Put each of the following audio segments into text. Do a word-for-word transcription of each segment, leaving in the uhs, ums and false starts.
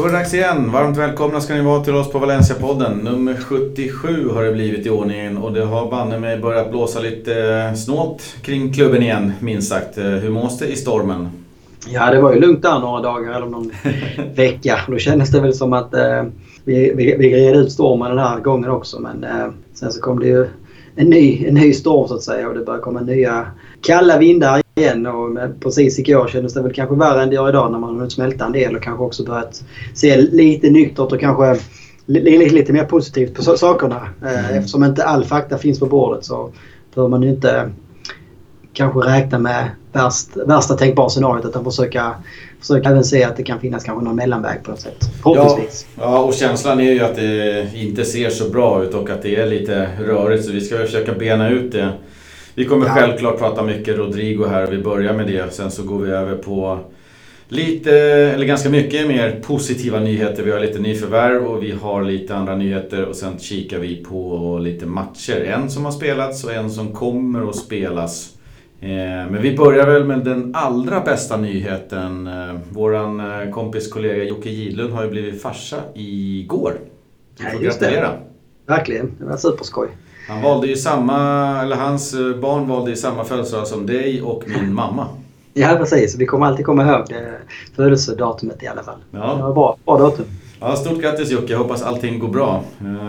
Då är det dags igen. Varmt välkomna ska ni vara till oss på Valencia-podden. Nummer sjuttiosju har det blivit i ordningen och det har banne mig börjat blåsa lite snålt kring klubben igen, minst sagt. Hur mås det i stormen? Ja, det var ju lugnt där några dagar eller någon vecka. Då kändes det väl som att eh, vi, vi, vi red ut stormen den här gången också. Men eh, sen så kom det ju en ny, en ny storm så att säga och det började komma nya kalla vindar igen. Och med, precis igår kändes det väl kanske värre än det gör idag när man har smälta en del och kanske också börjat se lite nyktert och kanske lite, lite mer positivt på sakerna. Eh, mm. Eftersom inte all fakta finns på bordet så behöver man ju inte kanske räkna med värst, värsta tänkbara scenariot utan försöka, försöka även se att det kan finnas kanske någon mellanväg på något sätt. Förhoppningsvis. Ja, ja, och känslan är ju att det inte ser så bra ut och att det är lite rörigt så vi ska försöka bena ut det. Vi kommer ja. självklart prata mycket Rodrigo här och vi börjar med det. Sen så går vi över på lite, eller ganska mycket mer positiva nyheter. Vi har lite nyförvärv och vi har lite andra nyheter och sen kikar vi på lite matcher. En som har spelats och en som kommer att spelas. Men vi börjar väl med den allra bästa nyheten. Våran kompis kollega Jocke Gidlund har ju blivit farsa igår. Ja, just det. Verkligen, det var superskoj. Han valde ju samma, eller hans barn valde ju samma födelsedag som dig och min mamma. Ja, precis. Vi kommer alltid komma ihåg det födelsedatumet i alla fall. Ja. Det var bra, bra datum. Ja, stort grattis Jocke. Jag hoppas allting går bra.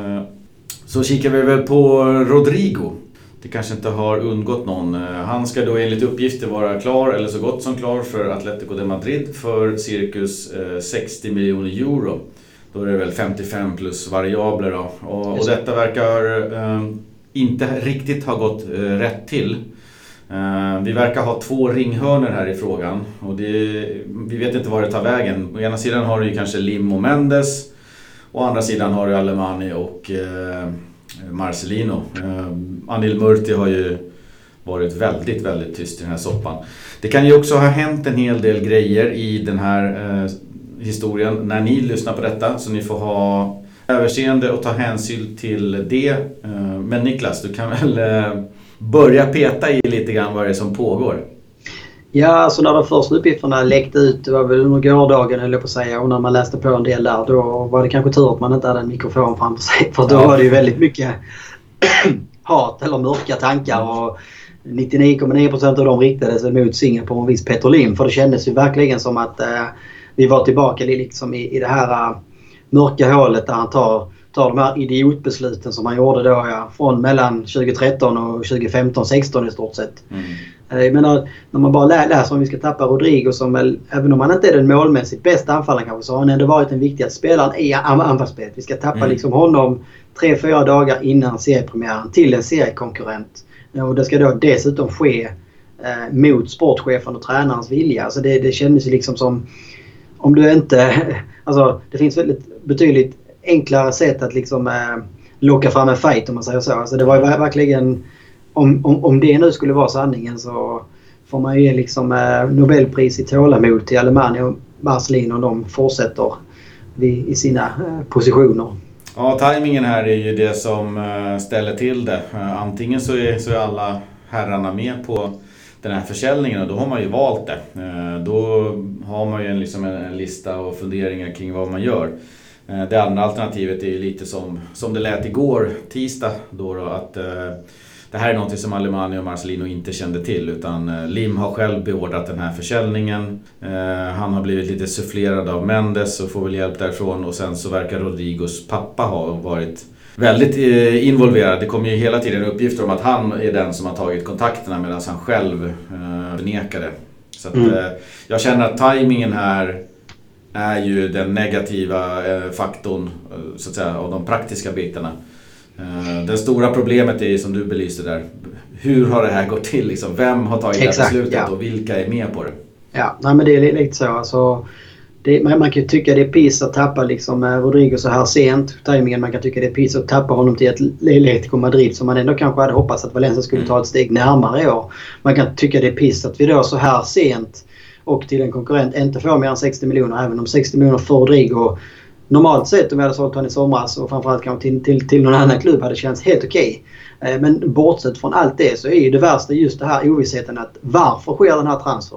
Så kikar vi väl på Rodrigo. Det kanske inte har undgått någon. Han ska då enligt uppgifter vara klar eller så gott som klar för Atletico de Madrid för cirkus sextio miljoner euro. Då är det väl femtiofem plus variabler då. Och, och detta verkar eh, inte riktigt ha gått eh, rätt till. Eh, vi verkar ha två ringhörner här i frågan. Och det, vi vet inte var det tar vägen. Å ena sidan har du ju kanske Lim och Mendes. Å andra sidan har du Alemani och eh, Marcelino. Eh, Anil Murti har ju varit väldigt, väldigt tyst i den här soppan. Det kan ju också ha hänt en hel del grejer i den här eh, historien när ni lyssnar på detta. Så ni får ha överseende och ta hänsyn till det. Eh, men Niklas, du kan väl eh, börja peta i lite grann vad det är som pågår. Ja, alltså när de första uppgifterna läckte ut, det var väl under gårdagen eller på att säga, och när man läste på en del där, då var det kanske tur att man inte hade en mikrofon framför sig. För då ja. var det ju väldigt mycket hat eller mörka tankar och nittionio komma nio procent av dem riktade sig mot Singapore och viss Peter Lim. För det kändes ju verkligen som att eh, vi var tillbaka liksom i, i det här uh, mörka hålet där han tar, tar de här idiotbesluten som han gjorde då, ja, från mellan tjugo-tretton och tjugo-femton sexton i stort sett. Mm. Jag menar, när man bara lä- läser om vi ska tappa Rodrigo som väl, även om han inte är den målmässigt bästa anfallaren kanske, så har han ändå varit den viktigaste spelaren i anfallsspelet. Vi ska tappa mm. liksom honom tre, fyra dagar innan seriepremiären till en seriekonkurrent. Och det ska då dessutom ske eh, mot sportchefen och tränarens vilja. Alltså det, det kändes ju liksom som om du inte, alltså det finns väldigt betydligt enklare sätt att liksom eh, locka fram en fight om man säger så. Alltså det var ju verkligen, om, om, om det nu skulle vara sanningen så får man ju ge liksom eh, Nobelpris i tålamod till Alemani och Marcelino och de fortsätter vid, i sina eh, positioner. Ja, tajmingen här är ju det som eh, ställer till det. Eh, antingen så är, så är alla herrarna med på den här försäljningen och då har man ju valt det. Då har man ju en, liksom en lista och funderingar kring vad man gör. Det andra alternativet är ju lite som, som det lät igår, tisdag, då, då att eh, det här är något som Alemani och Marcelino inte kände till utan eh, Lim har själv beordrat den här försäljningen. Eh, han har blivit lite sufflerad av Mendes och får väl hjälp därifrån och sen så verkar Rodrigos pappa ha varit väldigt eh, involverad. Det kommer ju hela tiden uppgifter om att han är den som har tagit kontakterna medan han själv eh, förnekade. Så att, mm. eh, jag känner att tajmingen här är ju den negativa eh, faktorn eh, så att säga, av de praktiska bitarna. Eh, det stora problemet är ju som du belyste där. Hur har det här gått till? Liksom? Vem har tagit Exakt, det här beslutet ja. och vilka är med på det? Ja, nej, men det är lite så. Alltså, det, man, man kan ju tycka det är piss att tappa liksom, Rodrigo så här sent. Tajmingen, man kan tycka det är piss att tappa honom till ett Atletico Madrid som man ändå kanske hade hoppats att Valencia skulle ta ett steg närmare i år. Man kan tycka det är piss att vi då så här sent och till en konkurrent inte får mer än sextio miljoner, även om sextio miljoner för Rodrigo normalt sett om vi hade sålt honom i somras och framförallt kanske till, till, till någon annan klubb hade känts helt okej. Okay. Men bortsett från allt det så är ju det värsta just det här ovissheten att varför sker den här transfern?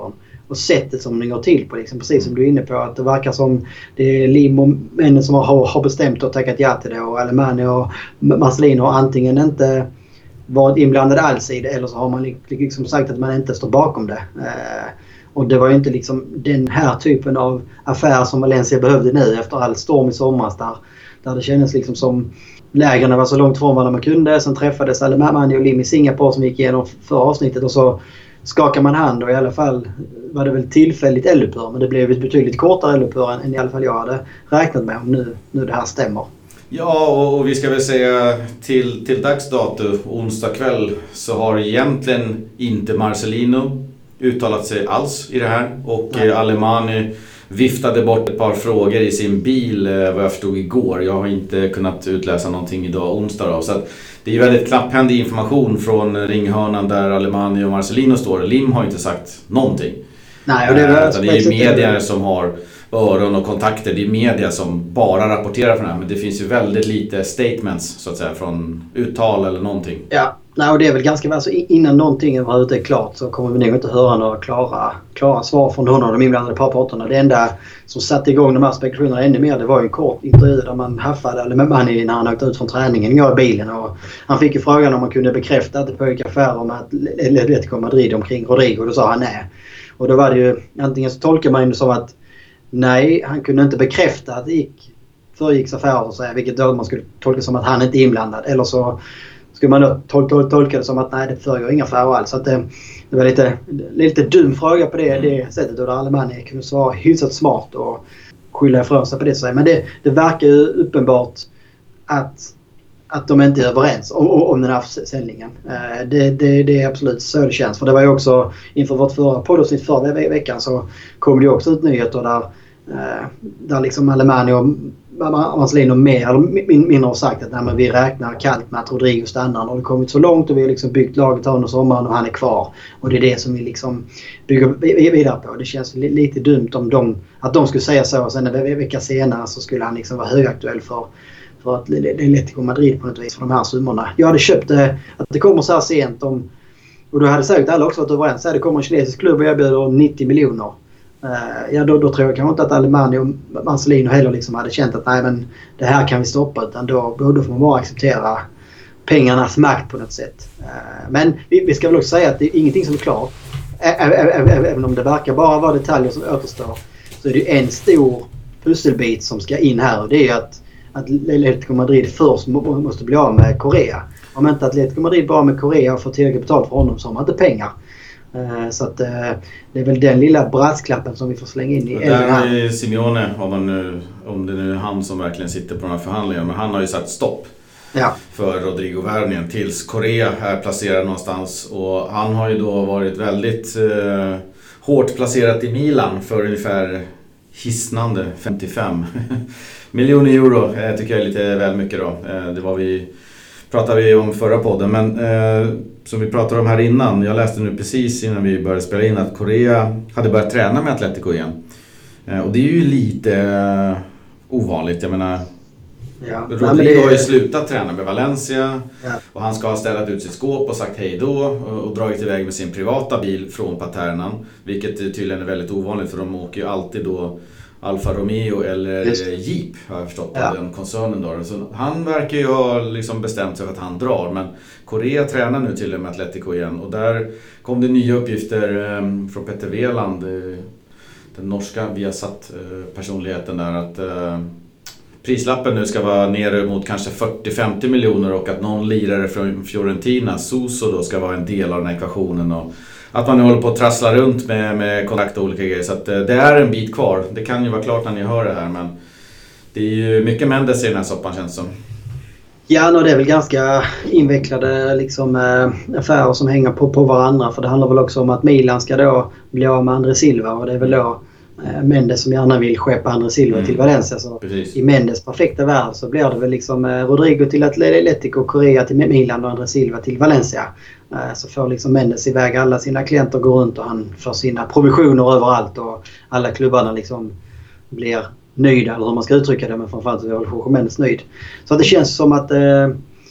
och sättet som det går till på. Liksom, precis som du är inne på. Att det verkar som det är Lim och männen som har, har bestämt och tackat ja till det. Och Alemani och Marcelino har antingen inte varit inblandade alls i det. Eller så har man liksom sagt att man inte står bakom det. Eh, och det var ju inte liksom den här typen av affär som Valencia behövde nu efter all storm i somras. Där, där det kändes liksom som lägren var så långt från vad man kunde. Sen träffades Alemani och Lim i Singapore som gick igenom förra avsnittet. Och så skakar man hand och i alla fall var det väl tillfälligt eldupphör. Men det blev ett betydligt kortare eldupphör än i alla fall jag hade räknat med om nu, nu det här stämmer. Ja, och, och vi ska väl säga till, till dags dato, onsdag kväll, så har egentligen inte Marcelino uttalat sig alls i det här. Och eh, Alemani viftade bort ett par frågor i sin bil, eh, vad jag förstod igår. Jag har inte kunnat utläsa någonting idag onsdag då. Så att det är ju väldigt knapphändig information från ringhörnan där Alemani och Marcelino står. Lim har inte sagt någonting. Nej, och det, är, äh, det är ju media som har öron och kontakter. Det är media som bara rapporterar från det här. Men det finns ju väldigt lite statements så att säga från uttal eller någonting. Ja, nej, och det är väl ganska alltså, innan någonting överhuvudtaget är klart så kommer vi nog inte höra några klara, klara svar från någon av de inblandade parterna. Det enda som satte igång de här spekulationerna ännu mer, det var ju en kort intervju där man haffade Alemani när han åkte ut från träningen i bilen. Och han fick ju frågan om man kunde bekräfta att det pågick affärer med Atletico Madrid omkring Rodrigo, och då sa han nej. Och då var det ju, antingen så tolkar man det som att nej, han kunde inte bekräfta att det gick, föregicks affärer, så här, vilket då man skulle tolka som att han inte är inblandad. Eller så skulle man då tol- tol- tolka det som att nej, det föregår inga affärer alls. Så att det, det var lite, lite dum fråga på det, det sättet. Och där Alemani kunde svara hyfsat smart och skylla ifrån sig på det. Så. Men det, det verkar ju uppenbart att, att de inte är överens om, om den här försäljningen. Det, det, det är absolut så det känns. För det var ju också inför vårt förra poddavsnitt förra veckan så kom det ju också ut nyheter där, där liksom Alemani och Marcelino mer eller mindre har sagt att nej, men vi räknar kallt med att Rodrigo stannar. Och det har kommit så långt och vi har liksom byggt laget under sommaren och han är kvar. Och det är det som vi liksom bygger vidare på. Det känns lite dumt om de, att de skulle säga så och sen en vecka senare så skulle han liksom vara högaktuell för för att Atletico Madrid på något vis för de här summorna. Jag hade köpt det, att det kommer så här sent om, och då hade säkert alla också varit överens. Det kommer en kinesisk klubb och erbjuder nittio miljoner. Uh, ja, då, då tror jag kanske inte att Alemani och Marcelino heller liksom hade känt att nej, men det här kan vi stoppa, utan då, då får man bara acceptera pengarnas makt på något sätt. Uh, men vi, vi ska väl också säga att det är ingenting som är klart. Även om det verkar bara vara detaljer som återstår, så är det en stor pusselbit som ska in här, och det är att att Atletico Madrid först måste bli av med Correa. Om inte Atletico Madrid bara med Correa och får tillräckligt betalt för honom så har man inte pengar. Så att det är väl den lilla brasklappen som vi får slänga in i elden här. Där är Simeone, om, man nu, om det nu är han som verkligen sitter på de här förhandlingarna, men han har ju satt stopp ja. för Rodrigo-värvningen tills Correa är placerad någonstans. Och han har ju då varit väldigt eh, hårt placerat i Milan för ungefär hisnande femtiofem miljoner euro. Jag tycker jag är lite väl mycket då. Det var vi, pratade vi om förra podden, men eh, som vi pratade om här innan, jag läste nu precis innan vi började spela in att Correa hade börjat träna med Atletico igen. Eh, och det är ju lite eh, ovanligt, jag menar ja. Rodrigo det... har ju slutat träna med Valencia ja. och han ska ha ställt ut sitt skåp och sagt hej då och, och dragit iväg med sin privata bil från Paternan, vilket tydligen är väldigt ovanligt för de åker ju alltid då Alfa Romeo eller Jeep, har jag förstått, ja. den koncernen då. Så han verkar ju ha liksom bestämt sig för att han drar, men Correa tränar nu till och med Atletico igen, och där kom det nya uppgifter um, från Petter Wieland, uh, den norska Viasat-personligheten där, att uh, prislappen nu ska vara nere mot kanske fyrtio till femtio miljoner och att någon lirare från Fiorentina, Suso, då ska vara en del av den här ekvationen, och att man nu håller på att trassla runt med, med kontakt och olika grejer. Så att, eh, det är en bit kvar. Det kan ju vara klart när ni hör det här, men det är ju mycket Mendes i den här soppan, känns som. Ja, och det är väl ganska invecklade liksom, äh, affärer som hänger på, på varandra. För det handlar väl också om att Milan ska då bli av med André Silva, och det är väl då äh, Mendes som gärna vill skeppa André Silva mm. till Valencia. Så i Mendes perfekta värld så blir det väl liksom äh, Rodrigo till Atletico, Correa till Milan och André Silva till Valencia. Äh, så får liksom Mendes iväg alla sina klienter, går runt och han får sina provisioner överallt, och alla klubbarna liksom blir nöjda, eller hur man ska uttrycka det, men framförallt så är Jorge Mendes nöjd. Så att det känns som att eh,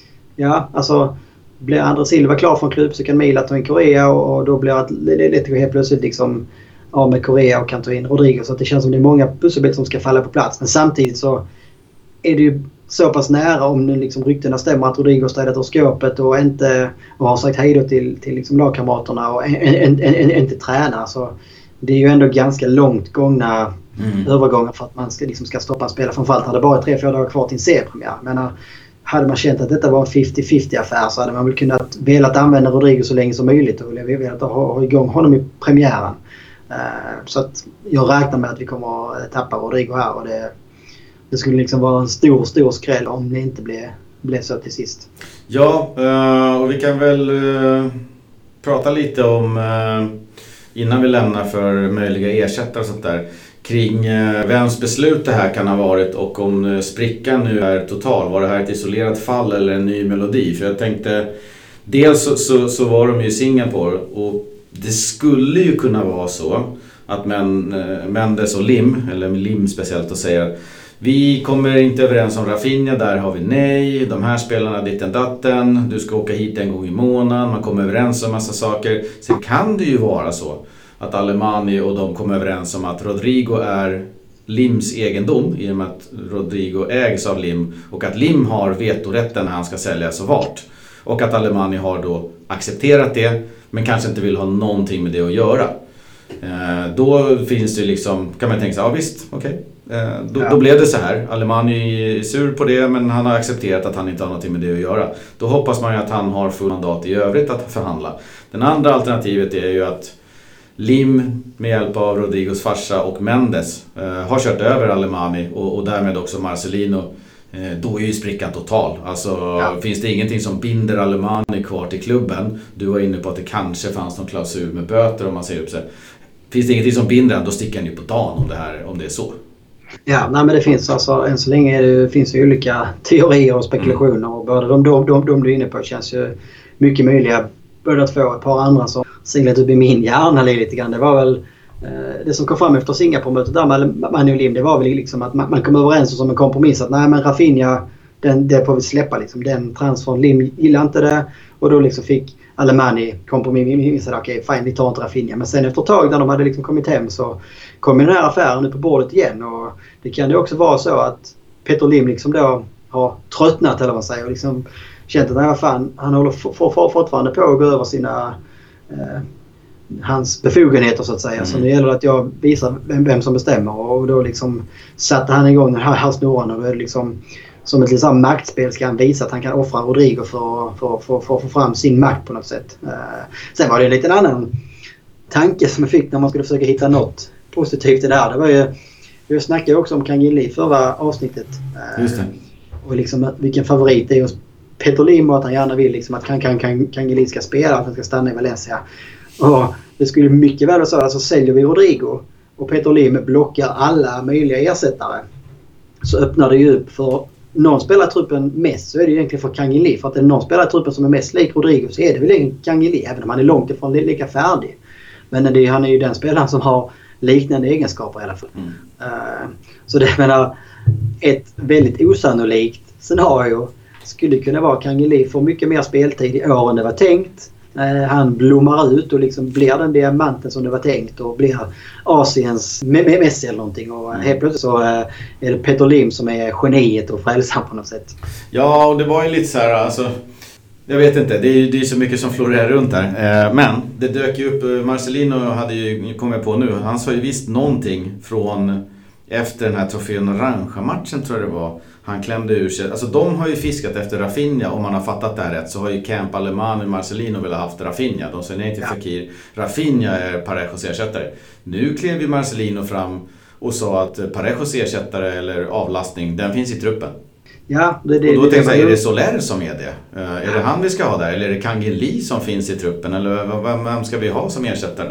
ja, alltså blir André Silva klar från klubb så kan Milan ta en Correa, och, och då blir det lite helt plötsligt liksom av med Correa och kan ta in Rodrigo. Så att det känns som det är många pusselbitar som ska falla på plats. Men samtidigt så är det ju så pass nära, om nu liksom ryktena stämmer, att Rodrigo städat ur skåpet och inte och har sagt hej då till, till liksom lagkamraterna och inte tränar. Så det är ju ändå ganska långt gångna mm. övergångar för att man ska, liksom ska stoppa en spelare. Framförallt hade det bara tre fyra dagar kvar till en seriepremiär. Men hade man känt att detta var en femtio femtio affär så hade man väl kunnat velat använda Rodrigo så länge som möjligt och velat ha, ha igång honom i premiären. Uh, så att jag räknar med att vi kommer att tappa Rodrigo här, och det, det skulle liksom vara en stor, stor skräll om det inte blev, blev så till sist. Ja, uh, och vi kan väl uh, prata lite om, uh, innan vi lämnar för möjliga ersättare och sånt där, kring uh, vems beslut det här kan ha varit och om uh, sprickan nu är total. Var det här ett isolerat fall eller en ny melodi? För jag tänkte, dels så, så, så var de ju i Singapore, och det skulle ju kunna vara så att Mendes och Lim, eller Lim speciellt, och säger att vi kommer inte överens om Rafinha, där har vi nej, de här spelarna ditten datten, du ska åka hit en gång i månaden, man kommer överens om massa saker. Sen kan det ju vara så att Alemani och de kommer överens om att Rodrigo är Lims egendom, i och med att Rodrigo ägs av Lim, och att Lim har vetorätten när han ska säljas och vart. Och att Alemani har då accepterat det, men kanske inte vill ha någonting med det att göra. Eh, då finns det ju liksom, kan man tänka sig, ja visst, okej. Okay. Eh, då, ja. då blev det så här. Alemani är sur på det, men han har accepterat att han inte har någonting med det att göra. Då hoppas man ju att han har full mandat i övrigt att förhandla. Den andra alternativet är ju att Lim med hjälp av Rodrigos farsa och Mendes eh, har kört över Alemani och, och därmed också Marcelino. Då är ju sprickan total. Alltså ja. Finns det ingenting som binder Alemani kvar till klubben? Du var inne på att det kanske fanns någon klausul med böter om man säger upp sig. Finns det ingenting som binder han, då sticker han ju på dagen om det här, om det är så. Ja, nej, men det finns alltså, än så länge det finns ju olika teorier och spekulationer. Mm. Och både de, de, de, de du är inne på känns ju mycket möjliga. Börjat få ett par andra som singlat upp i min hjärna lite grann. Det var väl det som kom fram efter Singapore-mötet där med Manu och Lim, det var väl liksom att man, man kom överens om en kompromiss att nej, men Rafinha, den, det får vi släppa liksom. Den transfern, Lim gillade inte det, och då liksom fick Alemani kompromiss att okej, okay, fine, vi tar inte Rafinha. Men sen efter ett tag när de hade liksom kommit hem så kom den här affären nu på bordet igen, och det kan det också vara så att Peter Lim liksom då har tröttnat, eller vad man säger, och liksom känt att nej, fan, han håller for, for, for, fortfarande på att gå över sina eh, hans befogenheter så att säga. Mm. Så nu gäller det att jag visar vem, vem som bestämmer, och då liksom satte han igång den här, här snurran, och då är det liksom som ett liksom maktspel ska han visa att han kan offra Rodrigo för, för, för, för att få fram sin makt på något sätt. Uh, sen var det en liten annan tanke som jag fick när man skulle försöka hitta något positivt i det här. Det var ju, vi snackade också om Kangin Lee förra avsnittet. Uh, Just det. Och liksom vilken favorit det är hos Peter Lim, och att han gärna vill liksom att Kangin kan, kan, Kangin Lee ska spela, att han ska stanna i Valencia. Och det skulle mycket väl vara så, alltså säljer vi Rodrigo och Peter Lim blockar alla möjliga ersättare, så öppnar det ju upp för någon spelar truppen mest, så är det ju egentligen för Kangin Lee. För att det är någon spelar truppen som är mest lik Rodrigo, så är det väl Kangin Lee, även om han är långt ifrån lika färdig. Men det, han är ju den spelaren som har liknande egenskaper i alla fall. Mm. Uh, så det menar, ett väldigt osannolikt scenario skulle kunna vara Kangin Lee får mycket mer speltid i år än det var tänkt. Han blommar ut och liksom blir den diamanten som det var tänkt och blir Asiens Messi eller någonting, och helt plötsligt så är det Peter Lim som är geniet och frälsaren på något sätt. Ja, och det var ju lite så här, alltså, jag vet inte, det är ju det är så mycket som florerar runt här, men det dök ju upp, Marcelino hade ju kommit på nu, han sa ju visst någonting från efter den här Trofén Orange-matchen, tror jag det var. Han klämde ur sig. Alltså de har ju fiskat efter Rafinha, om man har fattat det här rätt. Så har ju Camp, Alemani och Marcelino velat haft Rafinha. De säger nej till ja. Fekir. Rafinha är Parejos ersättare. Nu klev ju Marcelino fram och sa att Parejos ersättare eller avlastning, den finns i truppen. Ja, det, det, och då det, tänkte jag, det, är det Soler som är det? Uh, är det han vi ska ha där? Eller är det Kangin Lee som finns i truppen? Eller vem, vem ska vi ha som ersättare?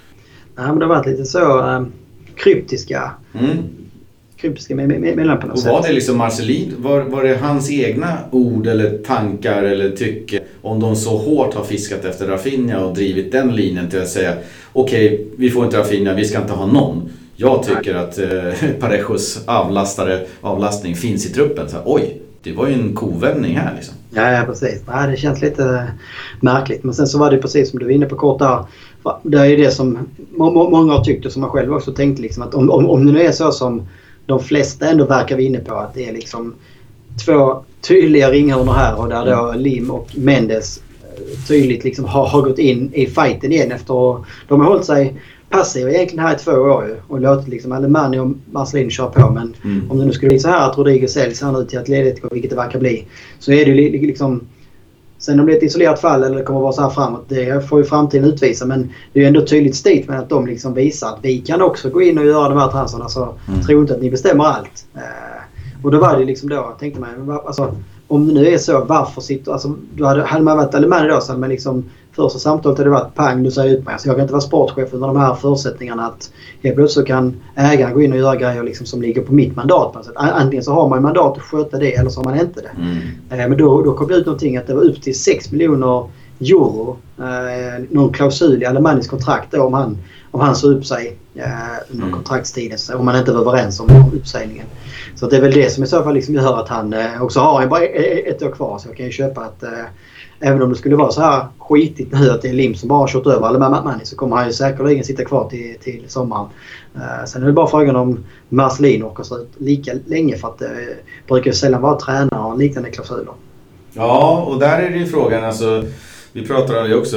Ja, men det har varit lite så um, kryptiska. Mm. kryptiska med, med, med på något och sätt. var det liksom Marcelin, var, var det hans egna ord eller tankar eller tycke, om de så hårt har fiskat efter Rafinha och drivit den linjen till att säga okej, okay, vi får inte Rafinha, vi ska inte ha någon. Jag tycker Nej. att eh, Parejos avlastare, avlastning finns i truppen. Så här, oj, det var ju en kovändning här liksom. Ja, ja precis. Ja, det känns lite märkligt. Men sen så var det precis som du var inne på kort där. Det är ju det som må- må- många har tyckt och som man själv också tänkte liksom, att om, om, om det nu är så som de flesta ändå verkar vi inne på, att det är liksom två tydliga ringhörnor här och där då Lim och Mendes tydligt liksom har, har gått in i fighten igen efter att de har hållit sig passiva egentligen här i två år ju, och låtit liksom Alemani och Marcelino köra på, men mm. om det nu skulle bli så här att Rodriguez säljs här nu till Atletico, vilket det verkar bli, så är det ju liksom, sen om det är ett isolerat fall eller det kommer att vara så här framåt, det får ju framtiden utvisa, men det är ju ändå tydligt stigt med att de liksom visar att vi kan också gå in och göra de här transferna, så mm. tro inte att ni bestämmer allt. Eh, och då var det liksom då, tänkte man, alltså om det nu är så, varför sitter, alltså då hade, hade man varit Alemani då, så hade man liksom första samtalet hade varit pang, nu säger jag ut mig. Alltså jag kan inte vara sportchef under de här förutsättningarna att helt plötsligt kan ägaren gå in och göra grejer liksom som ligger på mitt mandat på något sätt. Antingen så har man mandat att sköta det eller så har man inte det. Mm. Eh, men då, då kom det ut någonting att det var upp till sex miljoner euro, eh, någon klausul i Alemanis kontrakt då, om han, om han så upp sig eh, under mm. kontraktstiden, så om man inte var överens om uppsägningen. Så det är väl det som i så fall liksom gör att han eh, också har bara ett år kvar, så jag kan ju köpa att eh, även om det skulle vara så här skitigt nu att det är Lim som bara har kört över Alemani, så kommer han ju säkerligen sitta kvar till, till sommaren. Uh, sen är det bara frågan om Marcelino orkar stå ut lika länge, för att det uh, brukar sällan vara tränare och liknande klausuler. Ja, och där är det ju frågan, alltså, vi pratade om det också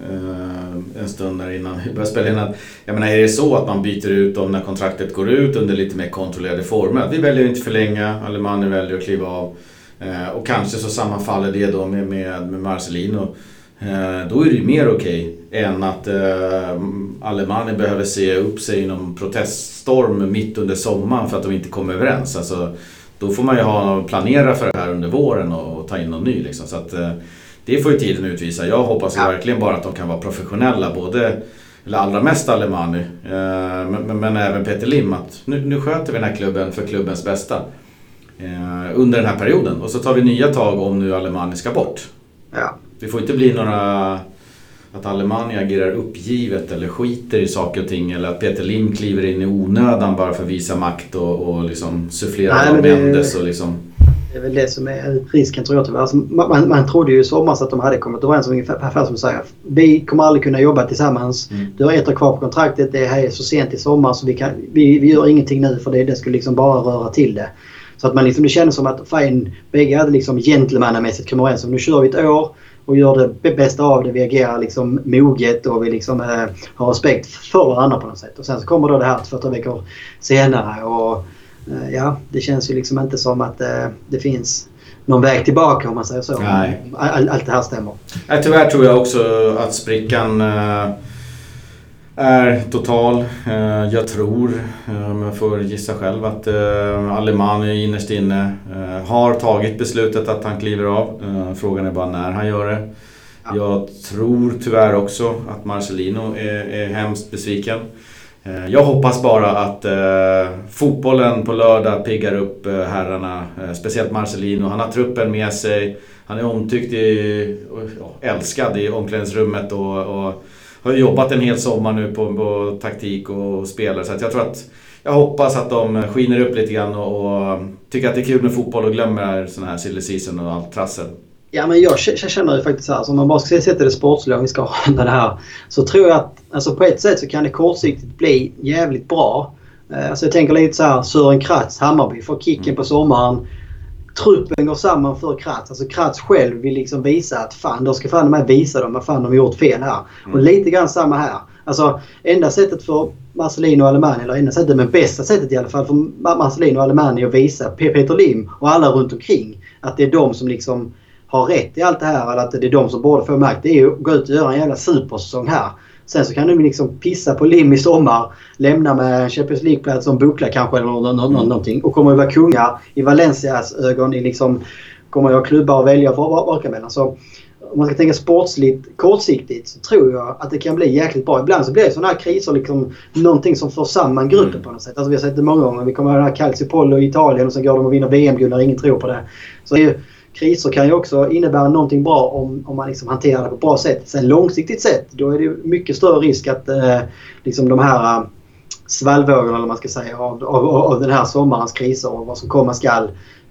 uh, en stund där innan vi började spela in, att jag menar, är det så att man byter ut dem när kontraktet går ut under lite mer kontrollerade former? Vi väljer inte förlänga, Alemani väljer att kliva av. Eh, och kanske så sammanfaller det då med, med, med Marcelino. Eh, då är det ju mer okej än att eh, Alemani behöver se upp sig i någon proteststorm mitt under sommaren för att de inte kommer överens. Alltså, då får man ju ha planera för det här under våren och, och ta in någon ny liksom. Så att, eh, det får ju tiden utvisa. Jag hoppas ja. verkligen bara att de kan vara professionella, både, eller allra mest Alemani, eh, men, men, men även Peter Lim, att nu, nu sköter vi den här klubben för klubbens bästa under den här perioden, och så tar vi nya tag om nu Alemani ska bort. Ja. Det får inte bli några att Alemani agerar uppgivet eller skiter i saker och ting, eller att Peter Lim kliver in i onödan bara för att visa makt och, och liksom sufflera av Mendes och liksom. Det är väl det som är risken, tror jag tyvärr. Alltså, man, man trodde ju i somras att de hade kommit överens om ungefär som du säger. Vi kommer aldrig kunna jobba tillsammans. Mm. Du har ett år kvar på kontraktet, det här är så sent i sommar så vi, kan, vi, vi gör ingenting nu, för det, det skulle liksom bara röra till det. Så att man liksom, det kändes som att fine, bägge hade liksom gentlemannamässigt kommit överens om, nu kör vi ett år och gör det bästa av det, vi agerar liksom moget och vi liksom eh, har respekt för varandra på något sätt. Och sen så kommer då det här två, tre veckor senare och eh, ja, det känns ju liksom inte som att eh, det finns någon väg tillbaka, om man säger så. Nej. All, allt det här stämmer. Nej, tyvärr tror jag också att sprickan eh, är total. Eh, jag tror, eh, om jag får gissa själv, att eh, Alemani innerst inne eh, har tagit beslutet att han kliver av. Eh, frågan är bara när han gör det. Ja. Jag tror tyvärr också att Marcelino är, är hemskt besviken. Eh, jag hoppas bara att eh, fotbollen på lördag piggar upp eh, herrarna, eh, speciellt Marcelino. Han har truppen med sig, han är omtyckt i, och älskad i omklädningsrummet och, och har jobbat en hel sommar nu på, på taktik och spelare, så att jag tror att jag hoppas att de skiner upp lite grann och, och tycker att det är kul med fotboll och glömmer sån här silly season och allt trassel. Ja, men jag, jag känner ju faktiskt så här, om man bara ska sätta det sportsliga, om vi ska ha det här, så tror jag att alltså på ett sätt så kan det kortsiktigt bli jävligt bra. Alltså jag tänker lite så här, Sören Kratz, Hammarby, får kicken mm. på sommaren. Truppen går samman för Kratz. Alltså Kratz själv vill liksom visa att fan, de ska fan med visa dem att fan de har gjort fel här. Mm. Och lite grann samma här. Alltså enda sättet för Marcelino och Alemani, eller enda sättet, men bästa sättet i alla fall för Marcelino och Alemani att visa Peter Lim och alla runt omkring att det är de som liksom har rätt i allt det här, eller att det är de som borde få makt. Det är ju att gå ut och göra en jävla supersäsong här. Sen så kan du liksom pissa på Lim i sommar, lämna med Champions League-plats som buckla kanske eller någon, någon, mm. någonting, och kommer att vara kungar i Valencias ögon, i liksom, kommer att ha klubbar att välja för att vara mellan. Så om man ska tänka sportsligt kortsiktigt, så tror jag att det kan bli jäkligt bra. Ibland så blir det sådana här kriser liksom någonting som får samman gruppen mm. på något sätt. Alltså vi har sett det många gånger. Vi kommer att ha den här Calciopolo i Italien och sen går de och vinner V M-guld när ingen tror på det. Så det är ju, kriser kan ju också innebära någonting bra om, om man liksom hanterar det på ett bra sätt. Sen långsiktigt sett, då är det mycket större risk att eh, liksom de här eh, svallvågorna, eller man ska säga, av, av, av den här sommarens kriser och vad som komma skall,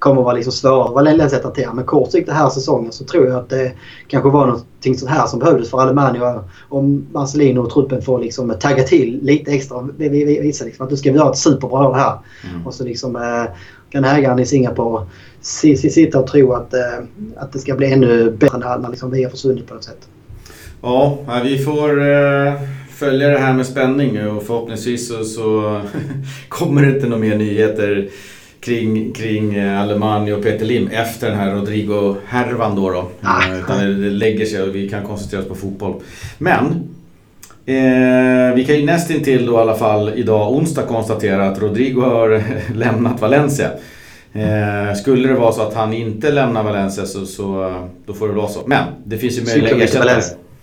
kommer att vara liksom svårare vad Valencia att hantera. Men kort sikt den här säsongen så tror jag att det kanske var någonting sånt här som behövdes för Alemania. Om Marcelino och truppen får liksom tagga till lite extra. Vi, vi, vi visar liksom att du ska göra ett superbra av det här. Mm. Och så liksom eh, kan ägaren i Singapore sitta och tro att, eh, att det ska bli ännu bättre när, när liksom vi har försvunnit på något sätt. Ja, vi får eh, följa det här med spänning och förhoppningsvis så, så kommer det inte några mer nyheter kring, kring Alemania och Peter Lim efter den här Rodrigo-härvan då. då. Ah, utan det, det lägger sig och vi kan koncentrera oss på fotboll. Men eh, vi kan ju nästintill då i alla fall idag onsdag konstatera att Rodrigo har lämnat Valencia. Eh, skulle det vara så att han inte lämnar Valencia så, så då får det vara så. Men det finns ju möjliga ersättare.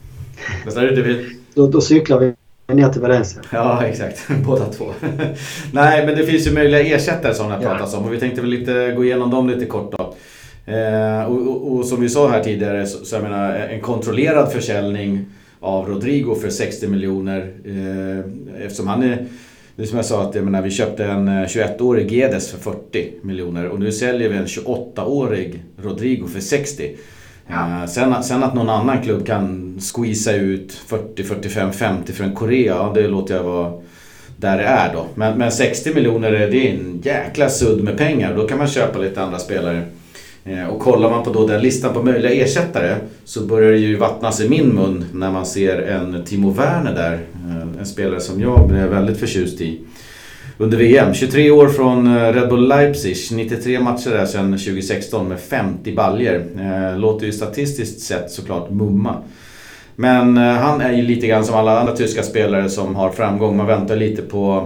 Då, då cyklar vi ner till Valencia. Ja, exakt. Båda två. Nej, men det finns ju möjliga ersättare som det har pratats om. Och vi tänkte väl lite gå igenom dem lite kort då. Eh, och, och, och som vi sa här tidigare så, så jag menar en kontrollerad försäljning av Rodrigo för sextio miljoner. Eh, eftersom han är, det som jag sa att jag menar, vi köpte en tjugoettårig Guedes för fyrtio miljoner. Och nu säljer vi en tjugoåttaårig Rodrigo för sextio. Ja. Sen, sen att någon annan klubb kan squeeza ut fyrtio, fyrtiofem, femtio för en Korea, ja, det låter jag vara där det är då. Men, men sextio miljoner är det en jäkla sudd med pengar. Då kan man köpa lite andra spelare. Eh, och kollar man på då den listan på möjliga ersättare så börjar det ju vattnas i min mun när man ser en Timo Werner där. Eh, en spelare som jag blev väldigt förtjust i. Under V M, tjugotre år från Red Bull Leipzig, nittiotre matcher där sedan tjugohundrasexton med femtio baljer. Eh, låter ju statistiskt sett såklart mumma. Men eh, han är ju lite grann som alla andra tyska spelare som har framgång. Man väntar lite på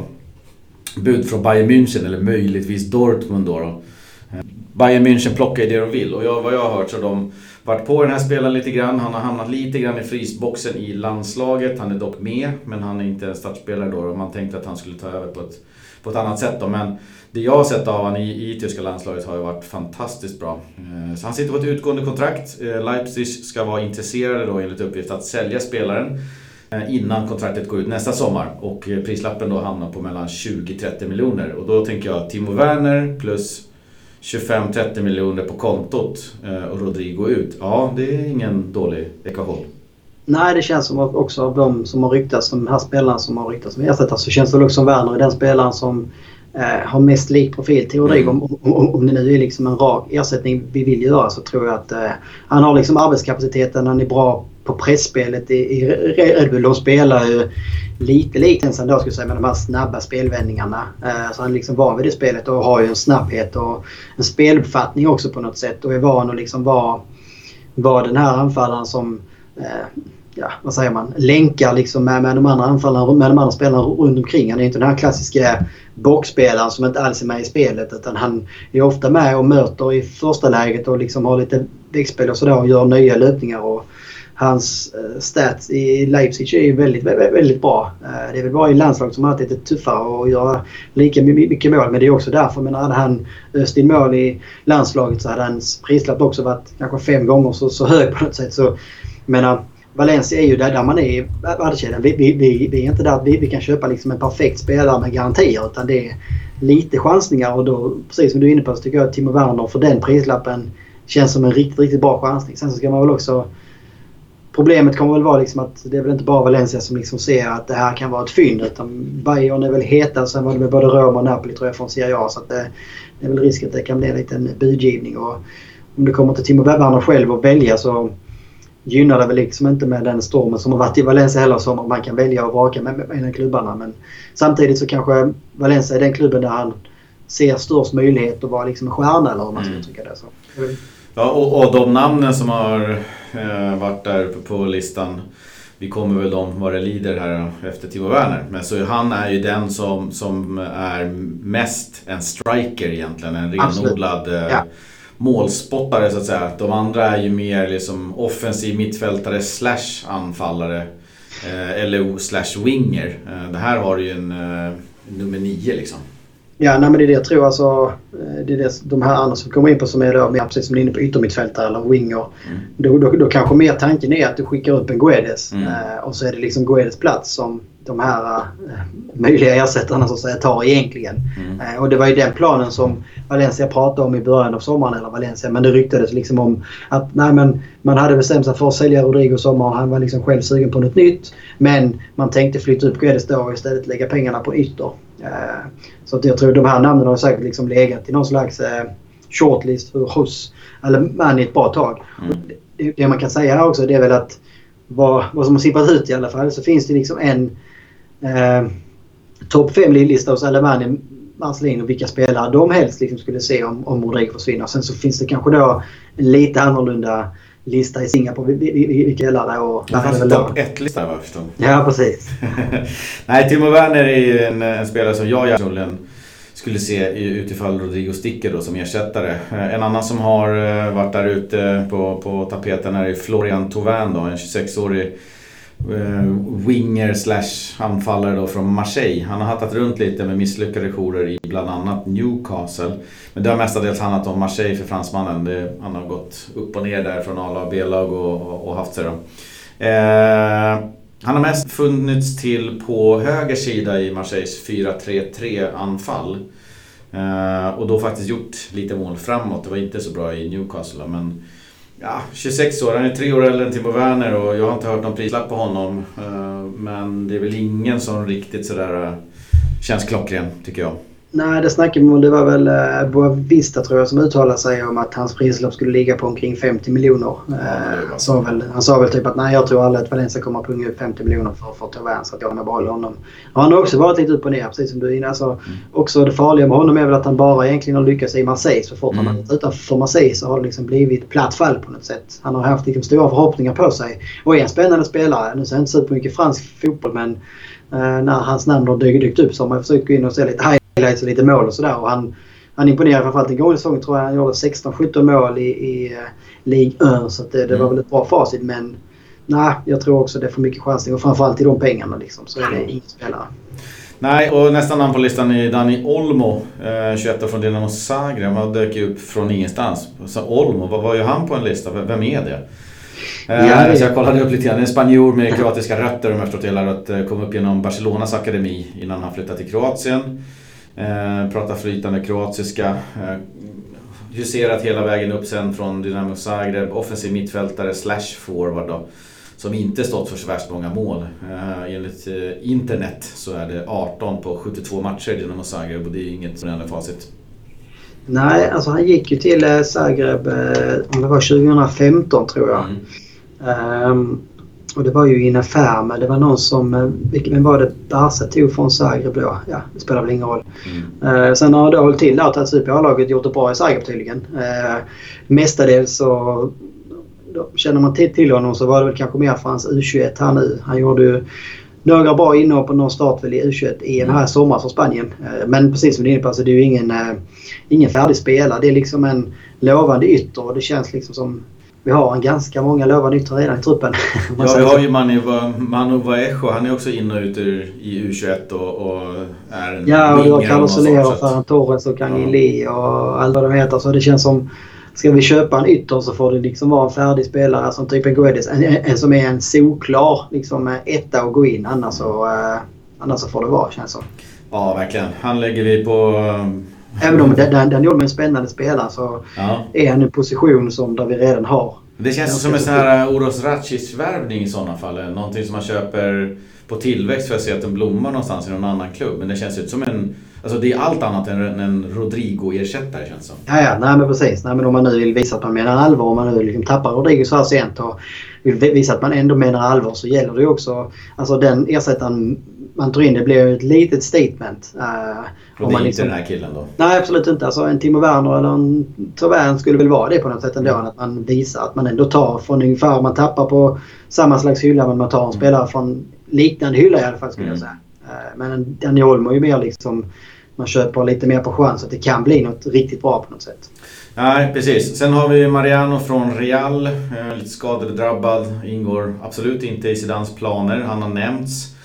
bud från Bayern München eller möjligtvis Dortmund då. då. Eh, Bayern München plockar ju det de vill och jag, vad jag har hört så de varit på den här spelaren lite grann. Han har hamnat lite grann i frysboxen i landslaget. Han är dock med, men han är inte en startspelare då. Och man tänkte att han skulle ta över på ett, på ett annat sätt då. Men det jag har sett av han i, i tyska landslaget har ju varit fantastiskt bra. Så han sitter på ett utgående kontrakt. Leipzig ska vara intresserade då enligt uppgift att sälja spelaren innan kontraktet går ut nästa sommar. Och prislappen då hamnar på mellan tjugo till trettio miljoner. Och då tänker jag Timo Werner plus tjugofem till trettio miljoner på kontot och Rodrigo ut. Ja, det är ingen dålig ekvation. Nej, det känns som att också av de som har ryktats, de här spelarna som har ryktats som ersättare, så känns det också som Werner är den spelaren som eh, har mest lik profil till Rodrigo. Mm. Om, om, om det nu är liksom en rak ersättning vi vill göra så tror jag att eh, han har liksom arbetskapaciteten, han är bra på pressspelet i, i Red Bull. De spelar ju lite likt sen då skulle jag säga med de här snabba spelvändningarna. Eh, så han är liksom van vid det spelet och har ju en snabbhet och en speluppfattning också på något sätt och är van att liksom vara, vara den här anfallaren som eh, ja, vad säger man, länkar liksom med, med de andra anfallarna, med de andra spelarna runt omkring. Han är inte den här klassiska boxspelaren som inte alls är med i spelet utan han är ofta med och möter i första läget och liksom har lite växtspel och sådär och gör nya löpningar och hans uh, stats i Leipzig är ju väldigt, väldigt, väldigt bra. Uh, det är väl bara i landslaget som har varit lite tuffare och göra lika mycket mål. Men det är också därför, men hade han öst in mål i landslaget så hade hans prislapp också varit kanske fem gånger så, så hög på något sätt. Så, menar, Valencia är ju där, där man är i värdekedjan. Vi, vi, vi, vi är inte där att vi, vi kan köpa liksom en perfekt spelare med garantier utan det är lite chansningar och då, precis som du är inne på så tycker jag att Timo Werner för den prislappen känns som en riktigt, riktigt bra chansning. Sen så ska man väl också problemet kommer väl vara liksom att det är väl inte bara Valencia som liksom ser att det här kan vara ett fynd utan Bayern är väl heta sen var det med både Roma och Napoli tror jag från Serie A så att det, det är väl risk att det kan bli en liten budgivning och om det kommer till Timo Werner själv att välja så gynnar det väl liksom inte med den stormen som har varit i Valencia hela sommaren. Man kan välja att vraka med, med, med klubbarna men samtidigt så kanske Valencia är den klubben där han ser störst möjlighet att vara liksom en stjärna eller om man ska mm. tycka det så. Ja, och, och de namnen som har eh, varit där på, på listan, vi kommer väl de vad det lider här efter Timo Werner. Men så han är ju den som, som är mest en striker egentligen, en renodlad eh, ja. målspottare så att säga. De andra är ju mer liksom offensiv mittfältare slash anfallare eh, eller slash winger. Eh, det här har ju en eh, nummer nio liksom. Ja, nej, men det är det jag tror. Alltså, det är det, de här andra som kommer in på som är då, mer precis som ni är inne på yttermittfältare eller winger. Mm. Då, då, då kanske mer tanken är att du skickar upp en Guedes mm. eh, och så är det liksom Guedes plats som de här eh, möjliga ersättarna så att säga tar egentligen. Mm. Eh, och det var ju den planen som Valencia pratade om i början av sommaren, eller Valencia, men det ryktades liksom om att nej, men man hade bestämt sig för att sälja Rodrigo sommaren. Han var liksom själv sugen på något nytt, men man tänkte flytta upp Guedes då och istället lägga pengarna på ytter. Eh, så att jag tror de här namnen har säkert liksom legat i någon slags eh, shortlist för hos Alemani ett bra tag. Mm. Det, det man kan säga här också, det är väl att vad, vad som har sippat ut i alla fall, så finns det liksom en eh, topp fem-lista hos Alemani, Marcelin, och vilka spelare de helst liksom skulle se om, om Rodrigo försvinner. Sen så finns det kanske då en lite annorlunda lista i Singapore, vilka gällare och... Det fanns en topp ett-lista, vad jag förstår. Ja, precis. Nej, Timo Werner är ju en, en spelare som jag gärna skulle se utifall Rodrigo sticker då som ersättare. En annan som har varit där ute på, på tapeten är Florian Thauvin då, en tjugosex-årig winger slash anfallare då från Marseille. Han har hattat runt lite med misslyckade jourer i bland annat Newcastle. Men det har mestadels handlat om Marseille för fransmannen. Det, han har gått upp och ner där från A-lag och B-lag och, och, och haft sig då. Eh, han har mest funnits till på höger sida i Marseilles fyra tre tre anfall. Eh, och då faktiskt gjort lite mål framåt. Det var inte så bra i Newcastle, men ja, tjugosex år, han är tre år äldre än Timo Werner och jag har inte hört någon prislapp på honom. Men det är väl ingen som riktigt sådär känns klockren, tycker jag. Nej, det snackade om, det var väl uh, Boavista tror jag som uttalade sig om att hans prislapp skulle ligga på omkring femtio miljoner. Ja, uh, han, sa väl, han sa väl typ att nej, jag tror aldrig att Valencia kommer att punga upp femtio miljoner för att få Thauvin, så att jag kommer behålla honom. Och han har också varit lite upp och ner, precis som du är inne. Alltså, mm. Också det farliga med honom är väl att han bara egentligen har lyckats i Marseille. Så fort mm. han har utanför Marseille så har det liksom blivit platt fall på något sätt. Han har haft liksom stora förhoppningar på sig. Och är en spännande spelare. Nu ser jag inte så på mycket fransk fotboll, men uh, när hans namn har dykt upp så har man försökt gå in och se lite high highlights och lite mål och sådär. Och han, han imponerar framförallt en gång i säsongen, tror jag han gjorde sexton sjutton mål i, i uh, Ligue ett, så att det, det var väl ett bra facit, men nej, jag tror också det är för mycket chansning och framförallt i de pengarna liksom, så är det ingen spelare. Nej, och nästan namn på listan är Dani Olmo, eh, tjugoett år från Dinamo Zagreb. Han dök upp från ingenstans. Så Olmo, vad var ju han på en lista? Vem är det? Eh, ja, det... Så jag kollade upp lite grann. En spanjor med kroatiska rötter, om jag förstått hela, att kom upp genom Barcelonas akademi innan han flyttade till Kroatien. Eh, pratar flytande kroatiska, eh, huserat hela vägen upp sen från Dinamo Zagreb, offensiv mittfältare slash forward då, som inte stått för så värst många mål. Eh, enligt eh, internet så är det arton på sjuttiotvå matcher i Dinamo Zagreb, och det är inget som facit. Nej, alltså han gick ju till eh, Zagreb eh, om det var tjugohundrafemton tror jag. Mm. Um, Och det var ju i en affär, men det var någon som, vilken var det, Barca tog från Zagreb då? Ja, det spelar väl ingen roll. Mm. Eh, sen har det hållit till där och tagits upp i A-laget, gjort det bra i Zagreb tydligen. Eh, mestadels så då, känner man till, till honom så var det väl kanske mer för hans U tjugoett här nu. Han gjorde ju några bra inhopp på någon start väl i U tjugoett i en här sommar för Spanien. Eh, men precis som du är inne på, så det är ju ingen, eh, ingen färdig spelare. Det är liksom en lovande ytter, och det känns liksom som vi har en ganska många lovande ytter redan i truppen. Ja, vi har ju Manu, Manu Vallejo, han är också in och ut i U tjugoett och, och är en ja, och du har Carlos Soler och Ferran Torres och Kangili ja. och allt vad de heter. Så det känns som, ska vi köpa en ytter så får det liksom vara en färdig spelare som typ en Guedes, en, en, en som är en solklar liksom etta och gå in, annars så, uh, annars så får det vara, känns som. Ja, verkligen. Han lägger vi på... Även om den, den gjorde med en spännande spelare, så ja. Är han en position som där vi redan har. Det känns som en sån här Uros Ratchis-värvning i sådana fall. Någonting som man köper på tillväxt för att se att den blommar någonstans i någon annan klubb. Men det känns ut som en... Alltså det är allt annat än en Rodrigo-ersättare, känns som. Ja, ja, nej men precis. Nej, men om man nu vill visa att man menar allvar, om man nu liksom tappar Rodrigo så här sent och vill visa att man ändå menar allvar, så gäller det ju också... Alltså den ersättaren man tror in, det blir ett litet statement. Uh, och det är liksom, inte den här killen då? Nej, absolut inte. Alltså en Timo Werner eller en Thauvin skulle väl vara det på något sätt ändå. Mm. Att man visar att man ändå tar från ungefär, man tappar på samma slags hylla, men man tar en mm. spelare från liknande hylla i alla fall, skulle mm. jag säga. Uh, men Dani Olmo är ju mer liksom, man köper lite mer på chans att det kan bli något riktigt bra på något sätt. Nej, precis. Sen har vi Mariano från Real, uh, lite skadedrabbad, ingår absolut inte i Zidans planer. Han har nämnts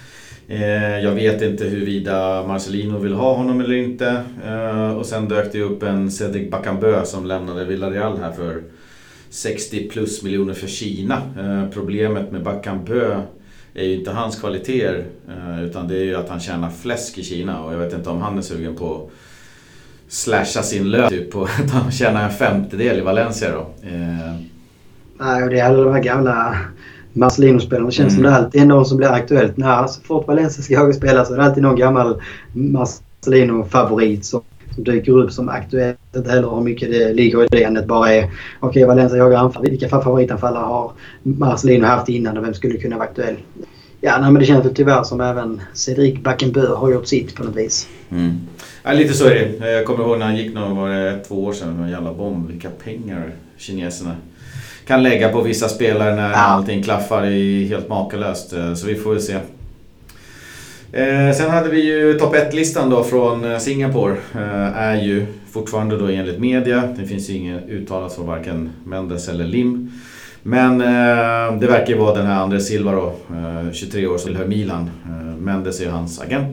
Jag vet inte huruvida Marcelino vill ha honom eller inte. Och sen dök det upp en Cedric Bakambu som lämnade Villarreal här för sextio plus miljoner för Kina. Problemet med Bakambu är ju inte hans kvaliteter, utan det är ju att han tjänar fläsk i Kina. Och jag vet inte om han är sugen på att slasha sin lön typ på att han tjänar en femtedel i Valencia då. Nej, och det är alla de här gamla Marcelino-spelarna. Det känns mm. som det alltid är någon som blir aktuellt. Nej, så fort Valencia ska höga spela så är det alltid någon gammal Marcelino-favorit som, som dyker upp som aktuellt. Inte heller hur mycket det ligger i det än. Det bara är, okej, okay, Valencia jagar anfall. Vilka favoritanfallare har Marcelino haft innan och vem skulle kunna vara aktuell? Ja, nej, men det känns tyvärr som även Cedric Bakambu har gjort sitt på något vis. Mm. Ja, lite så är det. Jag kommer ihåg när han gick någon, var det två år sedan, en jävla bomb. Vilka pengar kineserna kan lägga på vissa spelare när ja. allting klaffar i helt makalöst. Så vi får väl se. Eh, sen hade vi ju topp ett-listan då från Singapore. Eh, är ju fortfarande då enligt media. Det finns ju inget uttalat från varken Mendes eller Lim. Men eh, det verkar ju vara den här André Silva då, eh, tjugotre år, som tillhör Milan. Eh, Mendes är ju hans agent.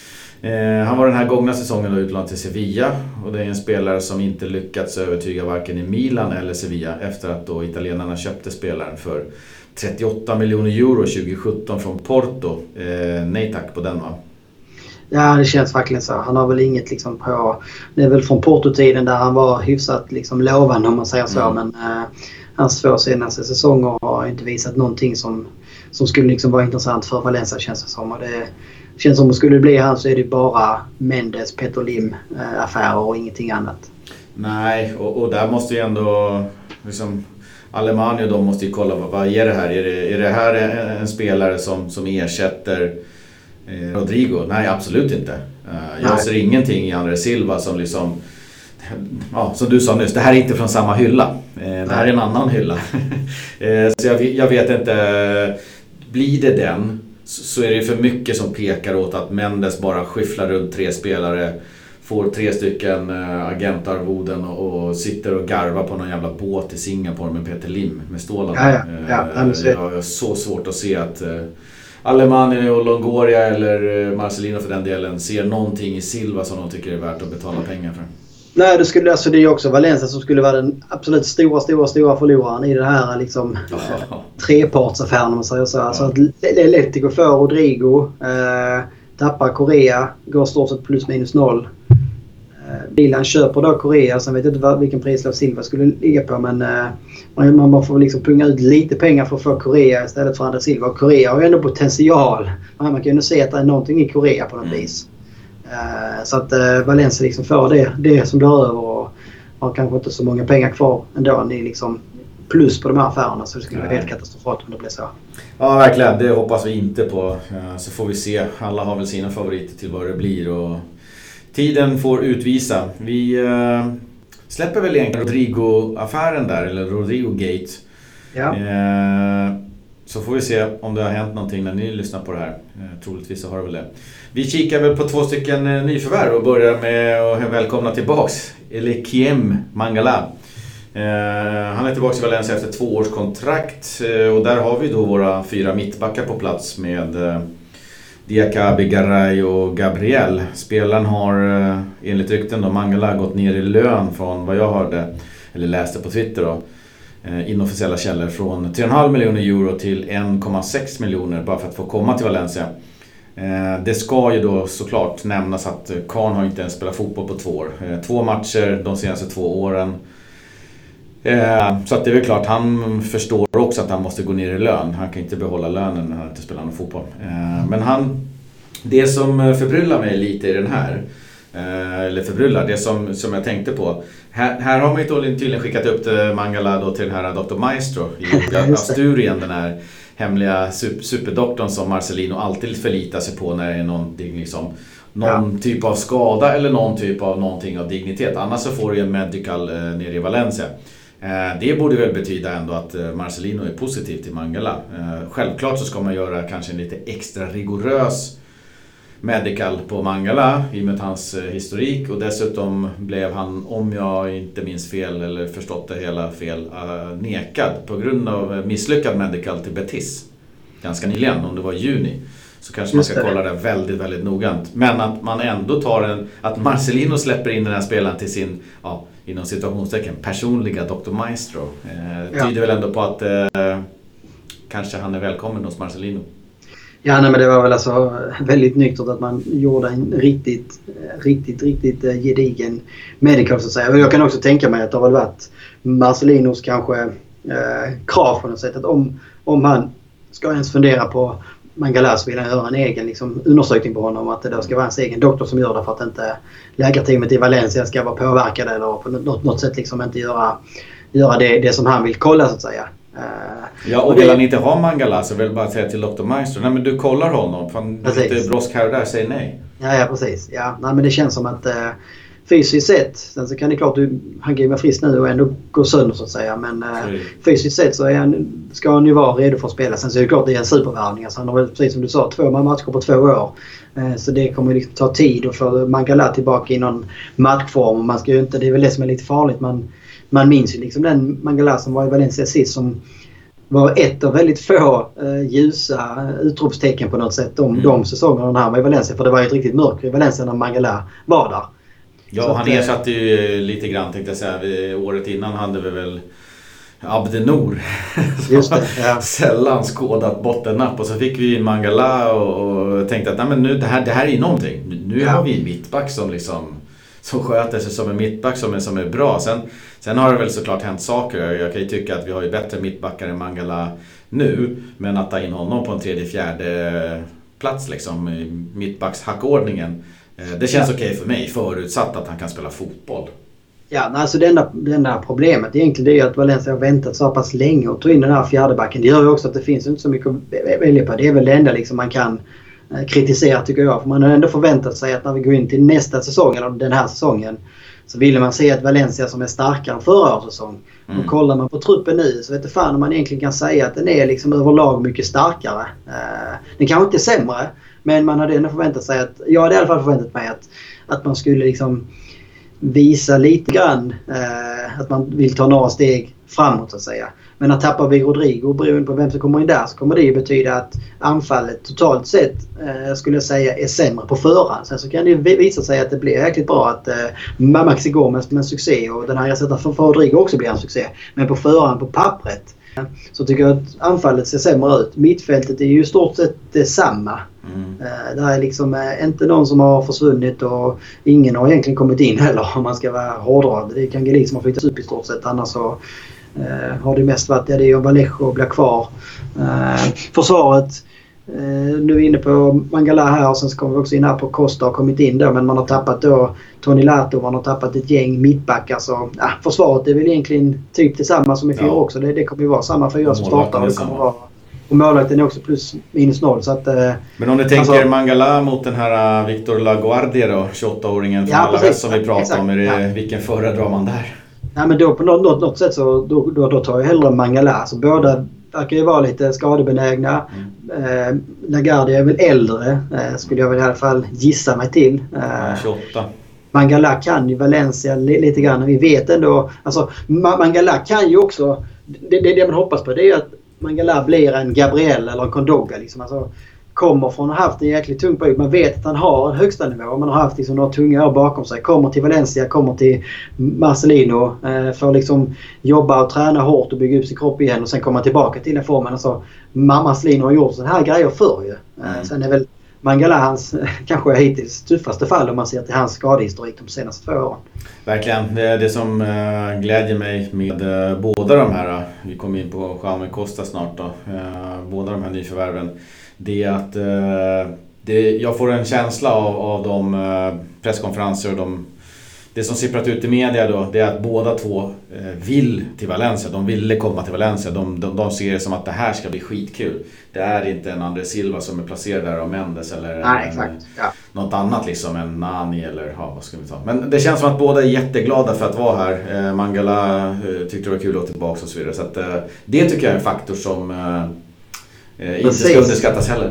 Eh, han var den här gångna säsongen då utlånad till Sevilla. Och det är en spelare som inte lyckats övertyga varken i Milan eller Sevilla. Efter att då italienarna köpte spelaren för trettioåtta miljoner euro tjugo sjutton från Porto. Eh, nej tack på den, va? Ja, det känns verkligen så. Han har väl inget liksom på... Det är väl från Porto-tiden där han var hyfsat liksom lovande, om man säger så. Mm. Men eh, hans två senaste säsonger har inte visat någonting som, som skulle liksom vara intressant för Valencia, känns det som. Och det känns som om det skulle bli han så är det bara Mendes, Peter Lim eh, affärer och ingenting annat. Nej, och, och där måste ju ändå... Liksom, Alemania då måste ju kolla vad, vad är det här? Är det, är det här en, en spelare som, som ersätter eh, Rodrigo? Nej, absolut inte. Uh, jag Nej. ser ingenting i André Silva som liksom, ja, som du sa nyss, det här är inte från samma hylla. Eh, det här är en annan hylla. eh, så jag, jag vet inte, blir det den så, så är det för mycket som pekar åt att Mendes bara skyfflar runt tre spelare, får tre stycken äh, agentarvoden och, och sitter och garvar på någon jävla båt i Singapore med Peter Lim med stålarna. Ja, ja. Ja, äh, jag har så svårt att se att äh, Alemani och Longoria eller äh, Marcelino för den delen ser någonting i Silva som de tycker är värt att betala pengar för. Nej, det skulle alltså det är också Valencia som skulle vara den absolut stora, stora, stora förloraren i det här liksom oh. trepartsaffären, om man säger så. Ja. Alltså att det är lätt att gå för Rodrigo, äh, tappar Korea, går stort sett plus minus noll. Milan köper då Korea, sen vet jag inte vilken prislapp Silva skulle ligga på, men eh, man, man får liksom punga ut lite pengar för att få Korea istället för André Silva. Och Korea har ju ändå potential. Man kan ju se att det är någonting i Korea på något mm. vis. Eh, så att eh, Valencia liksom får det, det som drar över och har kanske inte så många pengar kvar ändå. Ni liksom plus på de här affärerna, så det skulle Nej. vara helt katastrofalt om det blir så. Ja, verkligen. Det hoppas vi inte på. Så får vi se. Alla har väl sina favoriter till vad det blir och tiden får utvisa. Vi äh, släpper väl egentligen Rodrigo-affären där, eller Rodrigo-gate. Ja. Äh, så får vi se om det har hänt någonting när ni lyssnar på det här. Äh, troligtvis så har det väl det. Vi kikar väl på två stycken äh, nyförvärv och börjar med att välkomna tillbaks Eliaquim Mangala. Uh, han är tillbaka i Valencia efter två års kontrakt uh, och där har vi då våra fyra mittbackar på plats med uh, Diakabi, Garay och Gabriel. Spelaren har uh, enligt rykten då Mangala gått ner i lön från vad jag hörde eller läste på Twitter då, uh, inofficiella källor, från tre komma fem miljoner euro till en komma sex miljoner bara för att få komma till Valencia. Uh, det ska ju då såklart nämnas att uh, Kahn har inte ens spelat fotboll på två år. Uh, två matcher de senaste två åren. Så att det är väl klart, han förstår också att han måste gå ner i lön. Han kan inte behålla lönen när han inte spelar någon fotboll. Men han, det som förbryllar mig lite i den här, eller förbryllar, det som, som jag tänkte på. Här, här har man ju tydligen skickat upp Mangala då till den här doktor Maestro i Asturien, den här hemliga superdoktorn som Marcelino alltid förlitar sig på när det är någonting liksom, någon ja. typ av skada eller någon typ av någonting av dignitet. Annars så får du en medical eh, nere i Valencia. Eh, det borde väl betyda ändå att eh, Marcelino är positiv till Mangala. Eh, självklart så ska man göra kanske en lite extra rigorös medical på Mangala i och med hans eh, historik. Och dessutom blev han, om jag inte minns fel eller förstått det hela fel, eh, nekad på grund av misslyckad medical till Betis. Ganska nyligen, om det var i juni. så kanske man ska kolla det väldigt, väldigt noggrant. Men att man ändå tar en, att Marcelino släpper in den här spelaren till sin, ja, inom situationstecken, personliga doktor Maestro. Eh, tyder ja. väl ändå på att eh, kanske han är välkommen hos Marcelino. Ja, nej, men det var väl alltså väldigt nyktert att man gjorde en riktigt, riktigt, riktigt gedigen medical så att säga. Och jag kan också tänka mig att det har varit Marcelinos kanske eh, krav på något sätt. Att om, om han ska ens fundera på Mangala så vill han göra en egen liksom, undersökning på honom. Att det då ska vara hans egen doktor som gör det för att inte läkarteamet i Valencia ska vara påverkade eller på något, något sätt liksom inte göra, göra det, det som han vill kolla så att säga. Ja, och, och vill det... han inte ha Mangala så vill jag bara säga till doktor Maestro, nej men du kollar honom, fan du är inte bråsk här och där, säg nej. Ja, ja precis. Ja, nej, men det känns som att eh, fysiskt sett, sen så kan det klart, du, han kan ju vara frisk nu och ändå gå sönder så att säga, men eh, fysiskt sett så är han, ska han ju vara redo för att spela. Sen så är det klart det är en supervärvning, alltså han har väl precis som du sa två matcher på två år. Eh, så det kommer ju liksom ta tid att få Mangala tillbaka i någon matchform. Man ska ju inte, det är väl det som är lite farligt, man Man minns ju liksom den Mangala som var i Valencia sist som var ett av väldigt få eh, ljusa utropstecken på något sätt om mm. de säsongerna när han var i Valencia. För det var ju ett riktigt mörker i Valencia när Mangala var där. Ja, så han att, ersatte ju lite grann tänkte jag säga. Vi, året innan hade vi väl Abdenor. Just det, ja. Sällan skådat bottennapp. Och så fick vi Mangala och, och tänkte att nej, men nu, det, här, det här är ju någonting. Nu, nu ja. har vi en mittback som liksom... som sköter sig som en mittback som är, som är bra. Sen, sen har det väl såklart hänt saker. Jag kan ju tycka att vi har ju bättre mittbackar än Mangala nu. Men att ta in honom på en tredje, fjärde plats liksom, i mittbackshackordningen. Det känns ja. okej för mig, förutsatt att han kan spela fotboll. Ja, alltså det enda, det enda problemet egentligen är att Valencia har väntat så pass länge och tog in den här fjärdebacken. Det gör ju också att det finns inte så mycket att välja på. Det är väl det enda liksom man kan kritisera tycker jag. För man har ändå förväntat sig att när vi går in till nästa säsong eller den här säsongen så ville man se ett Valencia som är starkare än förra års säsong. Mm. Och kollar man på truppen nu så vet inte fan om man egentligen kan säga att den är liksom överlag mycket starkare. Uh, den kanske inte är sämre, men man hade ändå förväntat sig att, jag hade i alla fall förväntat mig att, att man skulle liksom visa lite grann uh, att man vill ta några steg framåt så att säga. Men när tappar vi Rodrigo beroende på vem som kommer in där så kommer det ju betyda att anfallet totalt sett eh, skulle jag säga är sämre på förhand. Sen så kan det ju visa sig att det blir jäkligt bra att eh, Maxi Gomez med en succé och den här ersättaren för Rodrigo också blir en succé. Men på förhand på pappret så tycker jag att anfallet ser sämre ut. Mittfältet är ju stort sett detsamma. Mm. Eh, det är liksom eh, inte någon som har försvunnit och ingen har egentligen kommit in heller om man ska vara hårdare. Det är Kangeli som har flyttats upp i stort sett, annars så Uh, har det mest varit, ja, det är ju Vallejo blir kvar. Uh, försvaret, uh, nu är vi inne på Mangala här och sen så kommer vi också in här på Costa och kommit in då, men man har tappat då Tony Lato, man har tappat ett gäng mittbackar så uh, försvaret är väl egentligen typ detsamma som i fjol ja. också. Det, det kommer ju vara samma fyra som startar och det kommer vara, och målvakten är också plus minus noll så att, uh, men om du tänker alltså, Mangala mot den här Victor Laguardia då, tjugoåtta-åringen från ja, Alaves som vi pratade om, är det, ja. vilken föredrar man där? Nej, men då på något, något sätt så då, då, då tar jag hellre Mangala. Alltså båda verkar ju vara lite skadebenägna. Mm. Eh, Laguardia är väl äldre, eh, skulle jag väl i alla fall gissa mig till. Eh, tjugoåtta. Mangala kan ju Valencia li, lite grann. Vi vet ändå, alltså Mangala kan ju också, det, det, det man hoppas på det är att Mangala blir en Gabriel eller en Kondoga liksom. Alltså, kommer från att ha haft en jäkligt tung period. Man vet att han har en högsta nivå. Man har haft liksom några tunga år bakom sig. Kommer till Valencia, kommer till Marcelino. Eh, får liksom jobba och träna hårt och bygga upp sin kropp igen. Och sen komma tillbaka till den formen. Alltså, Marcelino har gjort sådana här grejer förr ju. Eh, mm. Sen är väl Mangala hans kanske hittills tuffaste fall om man ser till hans skadehistorik de senaste två åren. Verkligen. Det är det som äh, glädjer mig med äh, båda de här. Vi kommer in på Jaume Costa snart då. Äh, båda de här nyförvärven. Det är att eh, det, jag får en känsla av, av de eh, presskonferenser och de, det som sipprat ut i media då, det är att båda två eh, vill till Valencia. De ville komma till Valencia. De, de, de ser det som att det här ska bli skitkul. Det är inte en André Silva som är placerad där av Mendes eller Nej, en, exakt. Ja. något annat liksom, en Nani eller ja, vad ska vi ta. Men det känns som att båda är jätteglada för att vara här. Eh, Mangala eh, tyckte det var kul att tillbaka och så vidare. Så att, eh, det tycker jag är en faktor som... Eh, Eh, inte ska underskattas heller.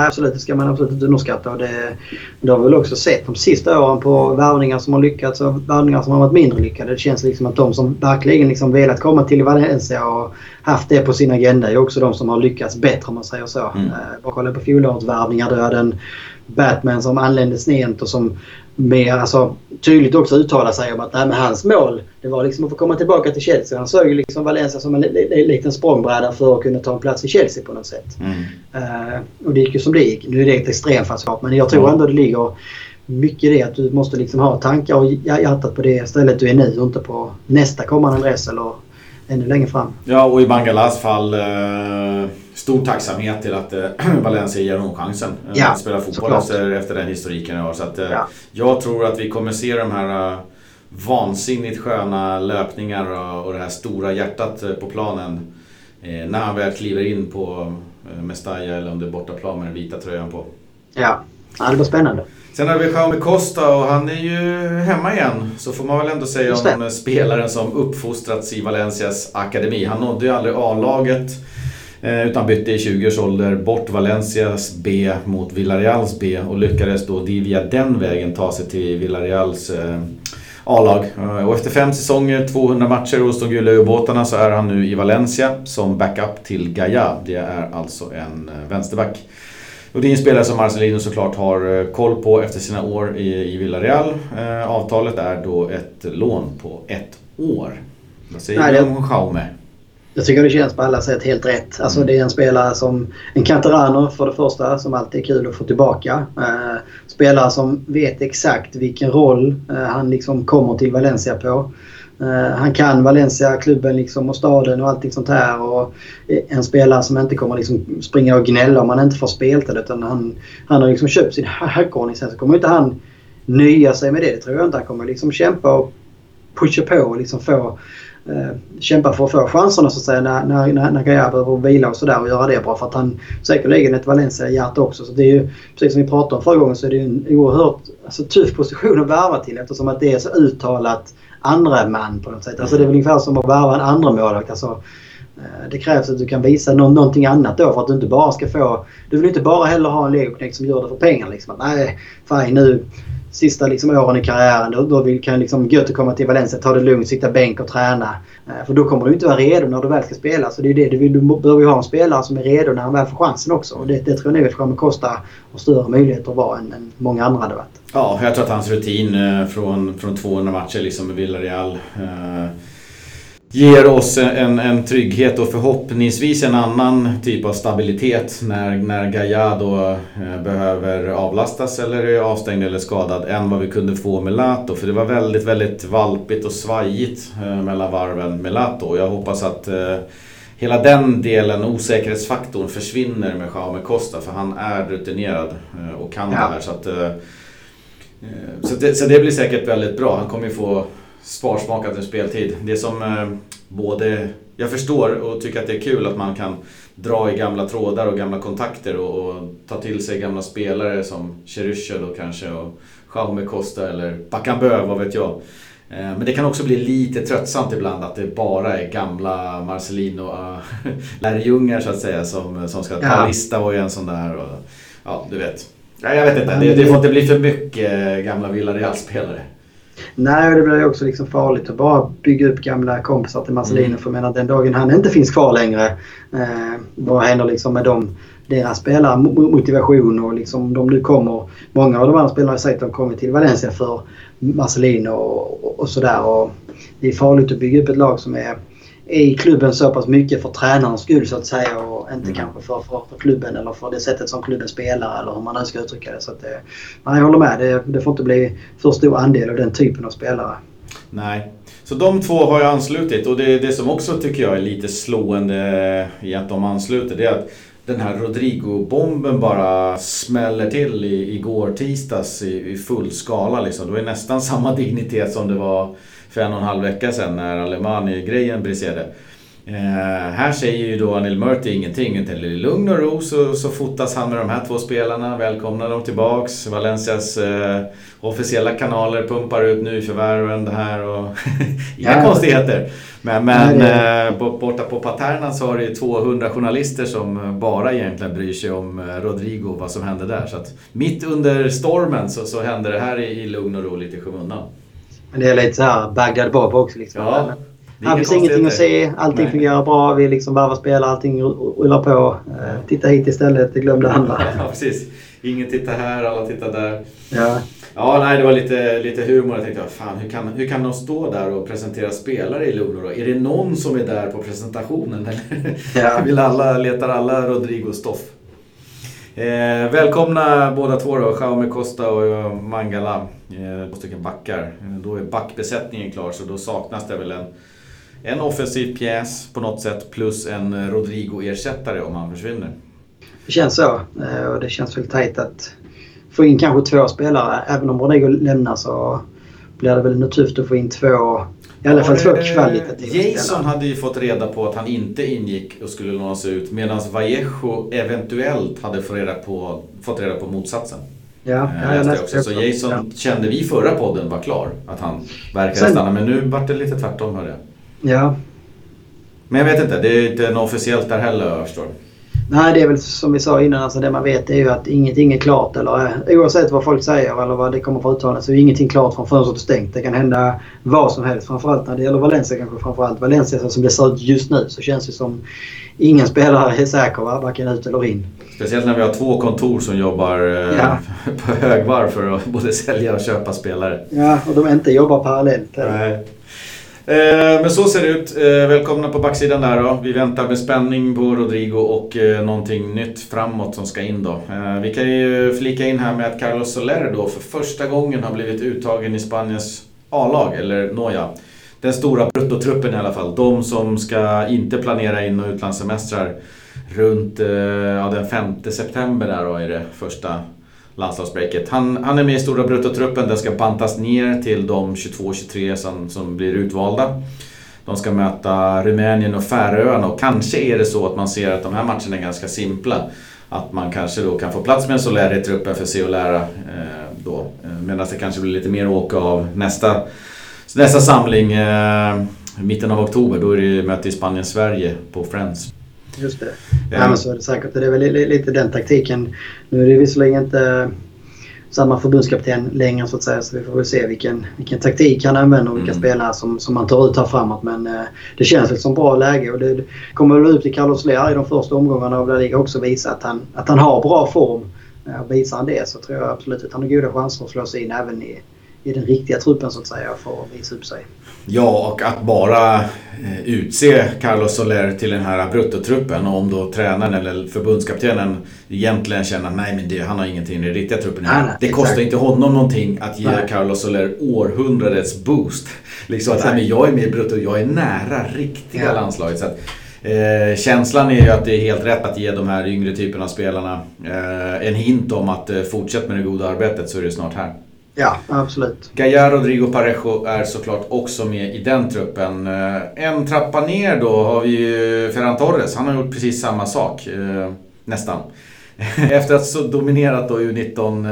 absolut, det ska man absolut inte underskatta. Och det, det har vi väl också sett de sista åren på värvningar som har lyckats och värvningar som har varit mindre lyckade. Det känns liksom att de som verkligen liksom velat komma till Valencia och haft det på sin agenda är också de som har lyckats bättre, om man säger så. Mm. Bara kolla på fjolårets värvningar, då hade en Batman som anlände sent och som mer alltså, tydligt också uttalar sig om att nej, men hans mål det var liksom att få komma tillbaka till Chelsea. Han såg ju liksom Valencia som en liten språngbräda för att kunna ta en plats i Chelsea på något sätt. Mm. Uh, och det gick ju som det gick. Nu är det ett extremfallskap, men jag tror mm. ändå det ligger mycket i det att du måste liksom ha tankar och hjärtat på det stället du är nu och inte på nästa kommande adress eller ännu längre fram. Ja, och i Bangalas fall uh, stor tacksamhet till att uh, Valencia ger honom chansen uh, ja, att spela fotboll efter, efter den historiken jag har. Så att, uh, ja. Jag tror att vi kommer se de här uh, vansinnigt sköna löpningar och, och det här stora hjärtat uh, på planen uh, när han väl kliver in på uh, Mestalla eller om det är bortaplan med den vita tröjan på. Ja, ja det var spännande. Sen har vi Jaume Costa och han är ju hemma igen. Så får man väl ändå säga om spelaren som uppfostrats i Valencias akademi. Han nådde ju aldrig A-laget utan bytte i tjugo års ålder bort Valencias B mot Villarreals B. Och lyckades då via den vägen ta sig till Villarreals A-lag. Och efter fem säsonger, tvåhundra matcher hos de gula ubåtarna så är han nu i Valencia som backup till Gaia. Det är alltså en vänsterback. Och det är en spelare som Marcelino såklart har koll på efter sina år i, i Villarreal. Eh, avtalet är då ett lån på ett år. Vad säger du om Jaume? Jag tycker det känns på alla sätt helt rätt. Alltså mm. det är en spelare som en Canterano för det första som alltid är kul att få tillbaka. Eh, spelare som vet exakt vilken roll eh, han liksom kommer till Valencia på. Uh, han kan Valencia, klubben liksom och staden och allt sånt här och en spelare som inte kommer liksom springa och gnälla om man inte får speltid utan han, han har liksom köpt sin hackordning sen så kommer inte han nöja sig med det, det tror jag inte. Han kommer liksom kämpa och pusha på och liksom få uh, kämpa för att få chanserna så att säga när, när, när, när Gaia behöver vila och sådär och göra det bra för att han säkerligen ett Valencia-hjärta också så det är ju, precis som vi pratade om förra gången så är det ju en oerhört alltså, tuff position att värva till eftersom att det är så uttalat andra man på något sätt. Alltså det är väl ungefär som att värva en andra målvakt. Alltså, det krävs att du kan visa nå- någonting annat då för att du inte bara ska få... Du vill inte bara heller ha en legoknekt som gör det för pengar. Liksom. Att, nej, fine nu sista liksom, åren i karriären då, då vill, kan liksom gött att komma till Valencia, ta det lugnt, sitta bänk och träna. För då kommer du inte vara redo när du väl ska spela. Så det är det. Du, vill, du behöver ju ha en spelare som är redo när han väl får chansen också. Och det, det tror jag nog att kommer kosta och större möjligheter att vara än, än många andra hade varit. Ja, jag tror att hans rutin eh, från, från tvåhundra matcher liksom med Villarreal eh, ger oss en, en trygghet och förhoppningsvis en annan typ av stabilitet när, när Gaia då eh, behöver avlastas eller är avstängd eller skadad än vad vi kunde få med Lato. För det var väldigt, väldigt valpigt och svajigt eh, mellan varven med Lato. Jag hoppas att eh, hela den delen, osäkerhetsfaktorn, försvinner med Jaume Costa för han är rutinerad eh, och kan ja. det här. Så att... Eh, Så det, så det blir säkert väldigt bra. Han kommer ju få sparsmakat en speltid. Det som eh, både... Jag förstår och tycker att det är kul att man kan dra i gamla trådar och gamla kontakter och, och ta till sig gamla spelare som Cheryscher då kanske och Jaume Costa eller Bakambu, vad vet jag. Eh, men det kan också bli lite tröttsamt ibland att det bara är gamla Marcelino äh, lärjungar så att säga som, som ska ta ja. lista och en sån där. Och, ja, du vet. Nej, jag vet inte. Det, det får inte bli för mycket gamla Villarreal-spelare. Nej, det blir ju också liksom farligt att bara bygga upp gamla kompisar till Marcelino. Mm. För jag menar, den dagen han inte finns kvar längre, eh, vad händer liksom med dem, deras spelare, motivation och liksom de nu kommer. Många av de andra spelarna har sagt att de kommer till Valencia för Marcelino och, och, och sådär. Och det är farligt att bygga upp ett lag som är i klubben så pass mycket för tränarens skull så att säga och inte mm. kanske för, för, för klubben eller för det sättet som klubben spelar eller hur man önskar uttrycka det. Så att det, nej, jag håller med, det, det får inte bli för stor andel av den typen av spelare. Nej, så de två har jag anslutit och det, det som också tycker jag är lite slående i att de ansluter det är att den här Rodrigo-bomben bara smäller till i, igår tisdags i, i full skala liksom. Det var nästan samma dignitet som det var för en och en halv vecka sedan när Alemani-grejen briserade. Eh, här säger ju då Anil Murti ingenting, utan i lugn och ro så, så fotas han med de här två spelarna, välkomnar dem tillbaks. Valencias eh, officiella kanaler pumpar ut nyförvärven det här och inga ja, konstigheter. Men, men eh, borta på Paterna så har det ju tvåhundra journalister som bara egentligen bryr sig om Rodrigo och vad som hände där. Så att mitt under stormen så, så händer det här i, i lugn och ro lite i skymundan. Men det är lite så här Bagdad Bob också liksom. Ja. Här finns ingenting att se, allting Nej. fungerar bra, vi liksom varvar spela, allting rullar på. Eh, titta hit istället, glöm det andra. Ja, precis. Ingen tittar här, alla tittar där. Ja. Ja, nej, det var lite, lite humor. Jag tänkte, fan, hur kan, hur kan de stå där och presentera spelare i lugn och ro? Är det någon som är där på presentationen? Ja. Vill alla, letar alla Rodrigo Stoff? Eh, välkomna båda två då, Jaume Costa och Mangala. Eh, två stycken backar. Då är backbesättningen klar, så då saknas det väl en En offensiv pjäs på något sätt plus en Rodrigo-ersättare om han försvinner. Det känns så. Och det känns väl tajt att få in kanske två spelare. Även om Rodrigo lämnar så blir det väl nog tufft att få in två. I alla fall två kvalitativa Jason spelare. Hade ju fått reda på att han inte ingick och skulle lånas ut. Medan Vallejo eventuellt hade fått reda på, fått reda på motsatsen. Ja, ja, jag också. Så Jason ja. kände vi förra podden var klar. Att han verkade stanna. Men nu var det lite tvärtom, hörde jag. Ja. Men jag vet inte, det är inte officiellt där heller, jag förstår. Nej, det är väl som vi sa innan, alltså det man vet är ju att ingenting är klart. Eller, oavsett vad folk säger eller vad det kommer för uttalande så är ingenting klart från fönstret stängt. Det kan hända vad som helst, framförallt när det gäller Valencia kanske framförallt. Valencia som det ser ut just nu så känns det som ingen spelare är säker, va? Varken ut eller in. Speciellt när vi har två kontor som jobbar ja. på högvarv för att både sälja och köpa spelare. Ja, och de inte jobbar parallellt. Nej. Men så ser det ut. Välkomna på backsidan där då. Vi väntar med spänning på Rodrigo och någonting nytt framåt som ska in då. Vi kan ju flika in här med att Carlos Soler då för första gången har blivit uttagen i Spaniens A-lag, eller Noja. Den stora bruttotruppen i alla fall. De som ska inte planera in och utlandssemestrar runt ja, den femte september där då är det första landslagsbreaket. Han, han är med i stora bruttotruppen. Den ska bantas ner till de tjugotvå tjugotre som, som blir utvalda. De ska möta Rumänien och Färöarna och kanske är det så att man ser att de här matcherna är ganska simpla. Att man kanske då kan få plats med en Soler i truppen för att se och lära eh, då. Medan det kanske blir lite mer åka av nästa, nästa samling eh, mitten av oktober. Då är det möte i Spanien-Sverige på Friends. Just det. Ja, ja men så är det säkert. Det är väl lite den taktiken. Nu är det visserligen inte samma förbundskapten längre så att säga. Så vi får väl se vilken, vilken taktik han använder och vilka mm. spelare som, som man tar ut här framåt. Men eh, det känns väl som bra läge. Och det, det kommer väl ut till Carlos Soler i de första omgångarna av La Liga också visa att han, att han har bra form. Och visar han det så tror jag absolut att han har goda chanser att slå sig in även i, i den riktiga truppen så att säga för att visa upp sig. Ja, och att bara utse Carlos Soler till den här bruttotruppen och om då tränaren eller förbundskaptenen egentligen känner att nej men det, han har ingenting i den riktiga truppen. Nej, nej, det kostar exakt. Inte honom någonting att ge nej. Carlos Soler århundradets boost. Liksom att nej, men jag är med i brutto, jag är nära riktiga ja. landslaget. Så att, eh, känslan är ju att det är helt rätt att ge de här yngre typerna av spelarna eh, en hint om att eh, fortsätta med det goda arbetet så är det snart här. Ja, absolut. Gaia Rodrigo Parejo är såklart också med i den truppen. En trappa ner då har vi ju Ferran Torres. Han har gjort precis samma sak, nästan. Efter att så dominerat då U nitton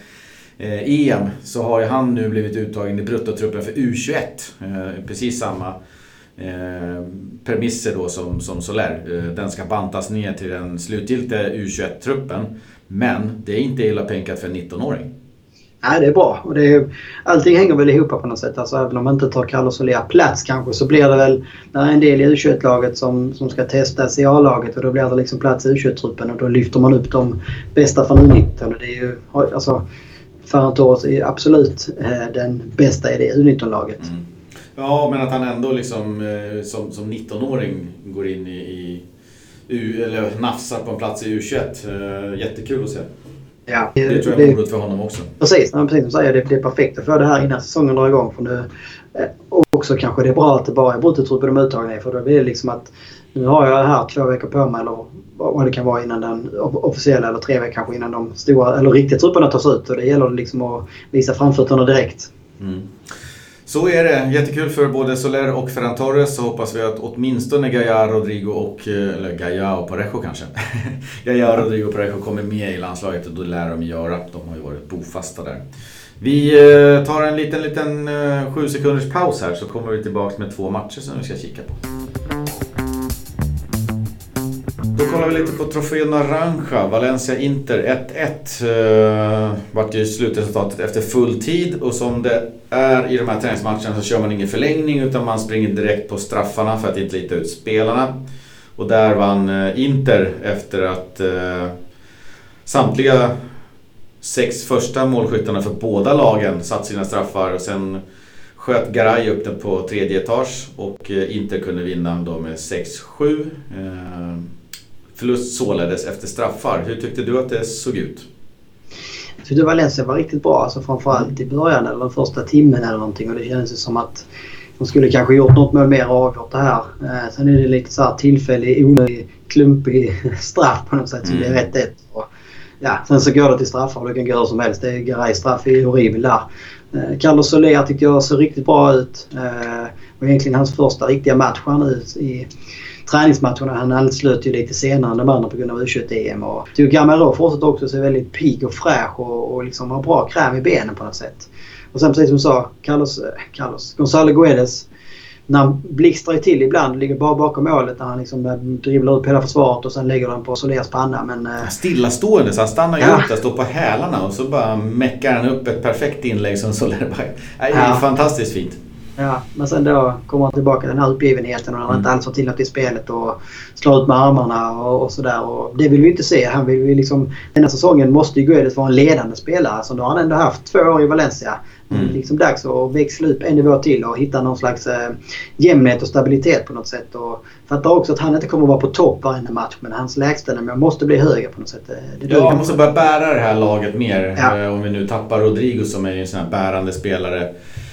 E M så har ju han nu blivit uttagen i bruttotruppen för U tjugoett. Precis samma premisser då som, som Soler. Den ska bantas ner till den slutgiltiga U tjugoett-truppen. Men det är inte illa penkat för en nittonåring. Nej, det är bra. Och det är, allting hänger väl ihop på något sätt. Alltså, även om man inte tar Carlos Soler plats kanske så blir det väl när en del i U tjugoett-laget som, som ska testas i A-laget och då blir det liksom plats i U tjugoett-truppen och då lyfter man upp de bästa från U nitton. Och det är ju, alltså, Ferran Torres är absolut eh, den bästa i det U nitton-laget. Mm. Ja, men att han ändå liksom eh, som, som nittonåring går in i, i U, eller nafsar på en plats i U tjugoett. Eh, jättekul att se. Ja, det, det tror jag är morot för honom också. Precis, precis som säger, det, det är perfekt att få det här innan säsongen drar igång. För nu, och också kanske det är bra att det bara är bruttotruppen de uttagna är. För då blir det liksom att nu har jag här två veckor på mig eller vad det kan vara innan den officiella eller tre veckor kanske innan de stora eller riktiga trupperna tas ut. Och det gäller liksom att visa framfötterna direkt. Mm. Så är det. Jättekul för både Soler och Ferran Torres, så hoppas vi att åtminstone Gaia, Rodrigo och, eller Gaia och Parejo kanske. Gaia, Rodrigo och Parejo kommer med i landslaget och då lär de göra. De har ju varit bofasta där. Vi tar en liten, liten sju sekunders paus här, så kommer vi tillbaka med två matcher som vi ska kika på. Då kollar vi lite på Trofeo Naranja, Valencia-Inter ett ett. Uh, vart ju slutresultatet efter full tid, och som det är i de här träningsmatcherna så kör man ingen förlängning utan man springer direkt på straffarna för att inte lita ut spelarna. Och där vann uh, Inter efter att uh, samtliga sex första målskyttarna för båda lagen satt sina straffar, och sen sköt Garay upp den på tredje etage och uh, Inter kunde vinna då med sex sju. Uh, Förlust således efter straffar. Hur tyckte du att det såg ut? Jag tyckte Valencia var riktigt bra, alltså framförallt i början eller den första timmen eller någonting, och det kändes som att de skulle kanske gjort något mål mer och avgjort det här. Eh, sen är det lite så här tillfällig, onödig, klumpig straff på något sätt som mm. blir rätt ett. Och, ja, sen så går det till straffar och det kan gå hur som helst. Det är Garay straff är horribel där. Eh, Carlos Soler tyckte jag såg riktigt bra ut. Eh, och egentligen hans första riktiga match han ut i träningsmatcherna. Han anslöt ju lite senare än de andra på grund av U tjugoett-E M. Och tycker Gamero fortsatt också så väldigt pigg och fräsch och, och liksom har bra kräm i benen på något sätt. Och sen precis som du sa, Carlos, Carlos Gonzalo Guedes, när han blixtrar till ibland, ligger bara bakom målet när han liksom dribblar upp hela försvaret och sen lägger den på Solers panna. Men, stillastående, så han stannar ju ja. upp där, står på hälarna och så bara meckar han upp ett perfekt inlägg som Soler bara. Det är ja. fantastiskt fint. Ja, men sen då kommer han tillbaka den här uppgivenheten och han mm. inte alls har till något i spelet och slår ut med armarna och, och sådär. Och det vill vi inte se. Han vill vi liksom, den här säsongen måste ju Guedes vara en ledande spelare. Så då har han ändå haft två år i Valencia. Mm. Det är liksom dags att växla upp en nivå till och hitta någon slags eh, jämnhet och stabilitet på något sätt. Och fattar också att han inte kommer att vara på topp varje match, men hans lägstanivå måste bli högre på något sätt. Det ja, han måste börja bära det här laget mer. Ja. Om vi nu tappar Rodrigo som är en sån här bärande spelare.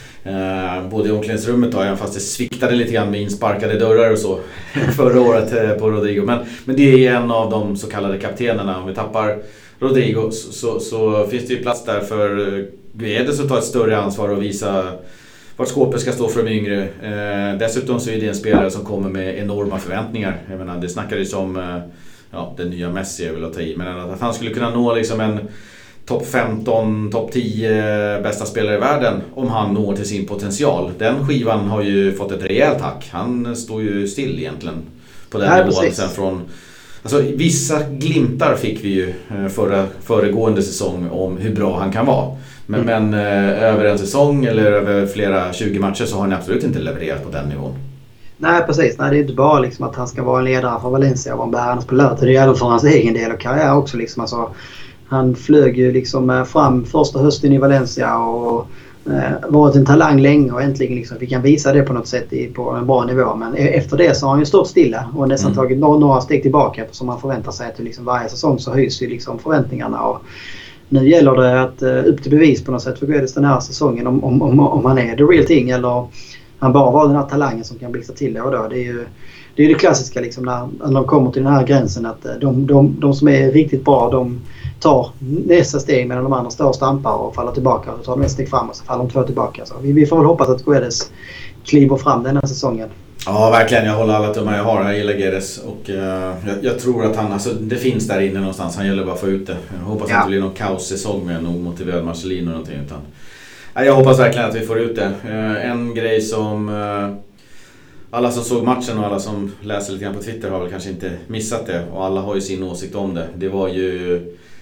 Uh, både i omklädningsrummet då, även fast det sviktade lite grann med insparkade dörrar och så förra året uh, på Rodrigo. Men, men det är en av de så kallade kaptenerna. Om vi tappar Rodrigo så, så, så finns det ju plats där för Guedes att ta ett större ansvar och visa vart skåpet ska stå för de yngre. Uh, dessutom så är det en spelare som kommer med enorma förväntningar. Jag menar, det snackades om uh, ja, den nya Messi, jag vill ta i, men att han skulle kunna nå liksom en topp femton, topp tio bästa spelare i världen om han når till sin potential. Den skivan har ju fått ett rejält hack. Han står ju still egentligen på den ja, nivån. Sen från, alltså, vissa glimtar fick vi ju förra, föregående säsong om hur bra han kan vara. Men, mm. men över en säsong eller över flera tjugo matcher så har han absolut inte levererat på den nivån. Nej, precis. Nej, det är inte bara liksom att han ska vara en ledare för Valencia och vara en bärande spelare. Det är även för hans egen del och karriär också. Liksom, alltså, han flög ju liksom fram första hösten i Valencia och eh, varit en talang länge och äntligen liksom fick han visa det på något sätt i, på en bra nivå. Men efter det så har han ju stått stilla och nästan mm. tagit några, några steg tillbaka eftersom man förväntar sig att liksom varje säsong så höjs ju liksom förväntningarna. Och nu gäller det att uh, upp till bevis på något sätt för Guedes den här säsongen om, om, om, om han är the real thing eller han bara var den här talangen som kan blixtra till det. Och då, det är ju det, är det klassiska liksom när, när de kommer till den här gränsen att de, de, de som är riktigt bra de tar nästa steg medan de andra står och stampar och faller tillbaka och tar nästa steg fram och så faller de två tillbaka. Så vi, vi får väl hoppas att Guedes kliver fram den här säsongen. Ja, verkligen. Jag håller alla tummar jag har. Jag gillar Guedes och uh, jag, jag tror att han, alltså det finns där inne någonstans. Han gäller bara att få ut det. Jag hoppas ja. att det blir någon kaossäsong med en omotiverad Marcelino eller någonting. Utan, ja, jag hoppas verkligen att vi får ut det. Uh, en grej som uh, alla som såg matchen och alla som läser lite grann på Twitter har väl kanske inte missat det. Och alla har ju sin åsikt om det. Det var ju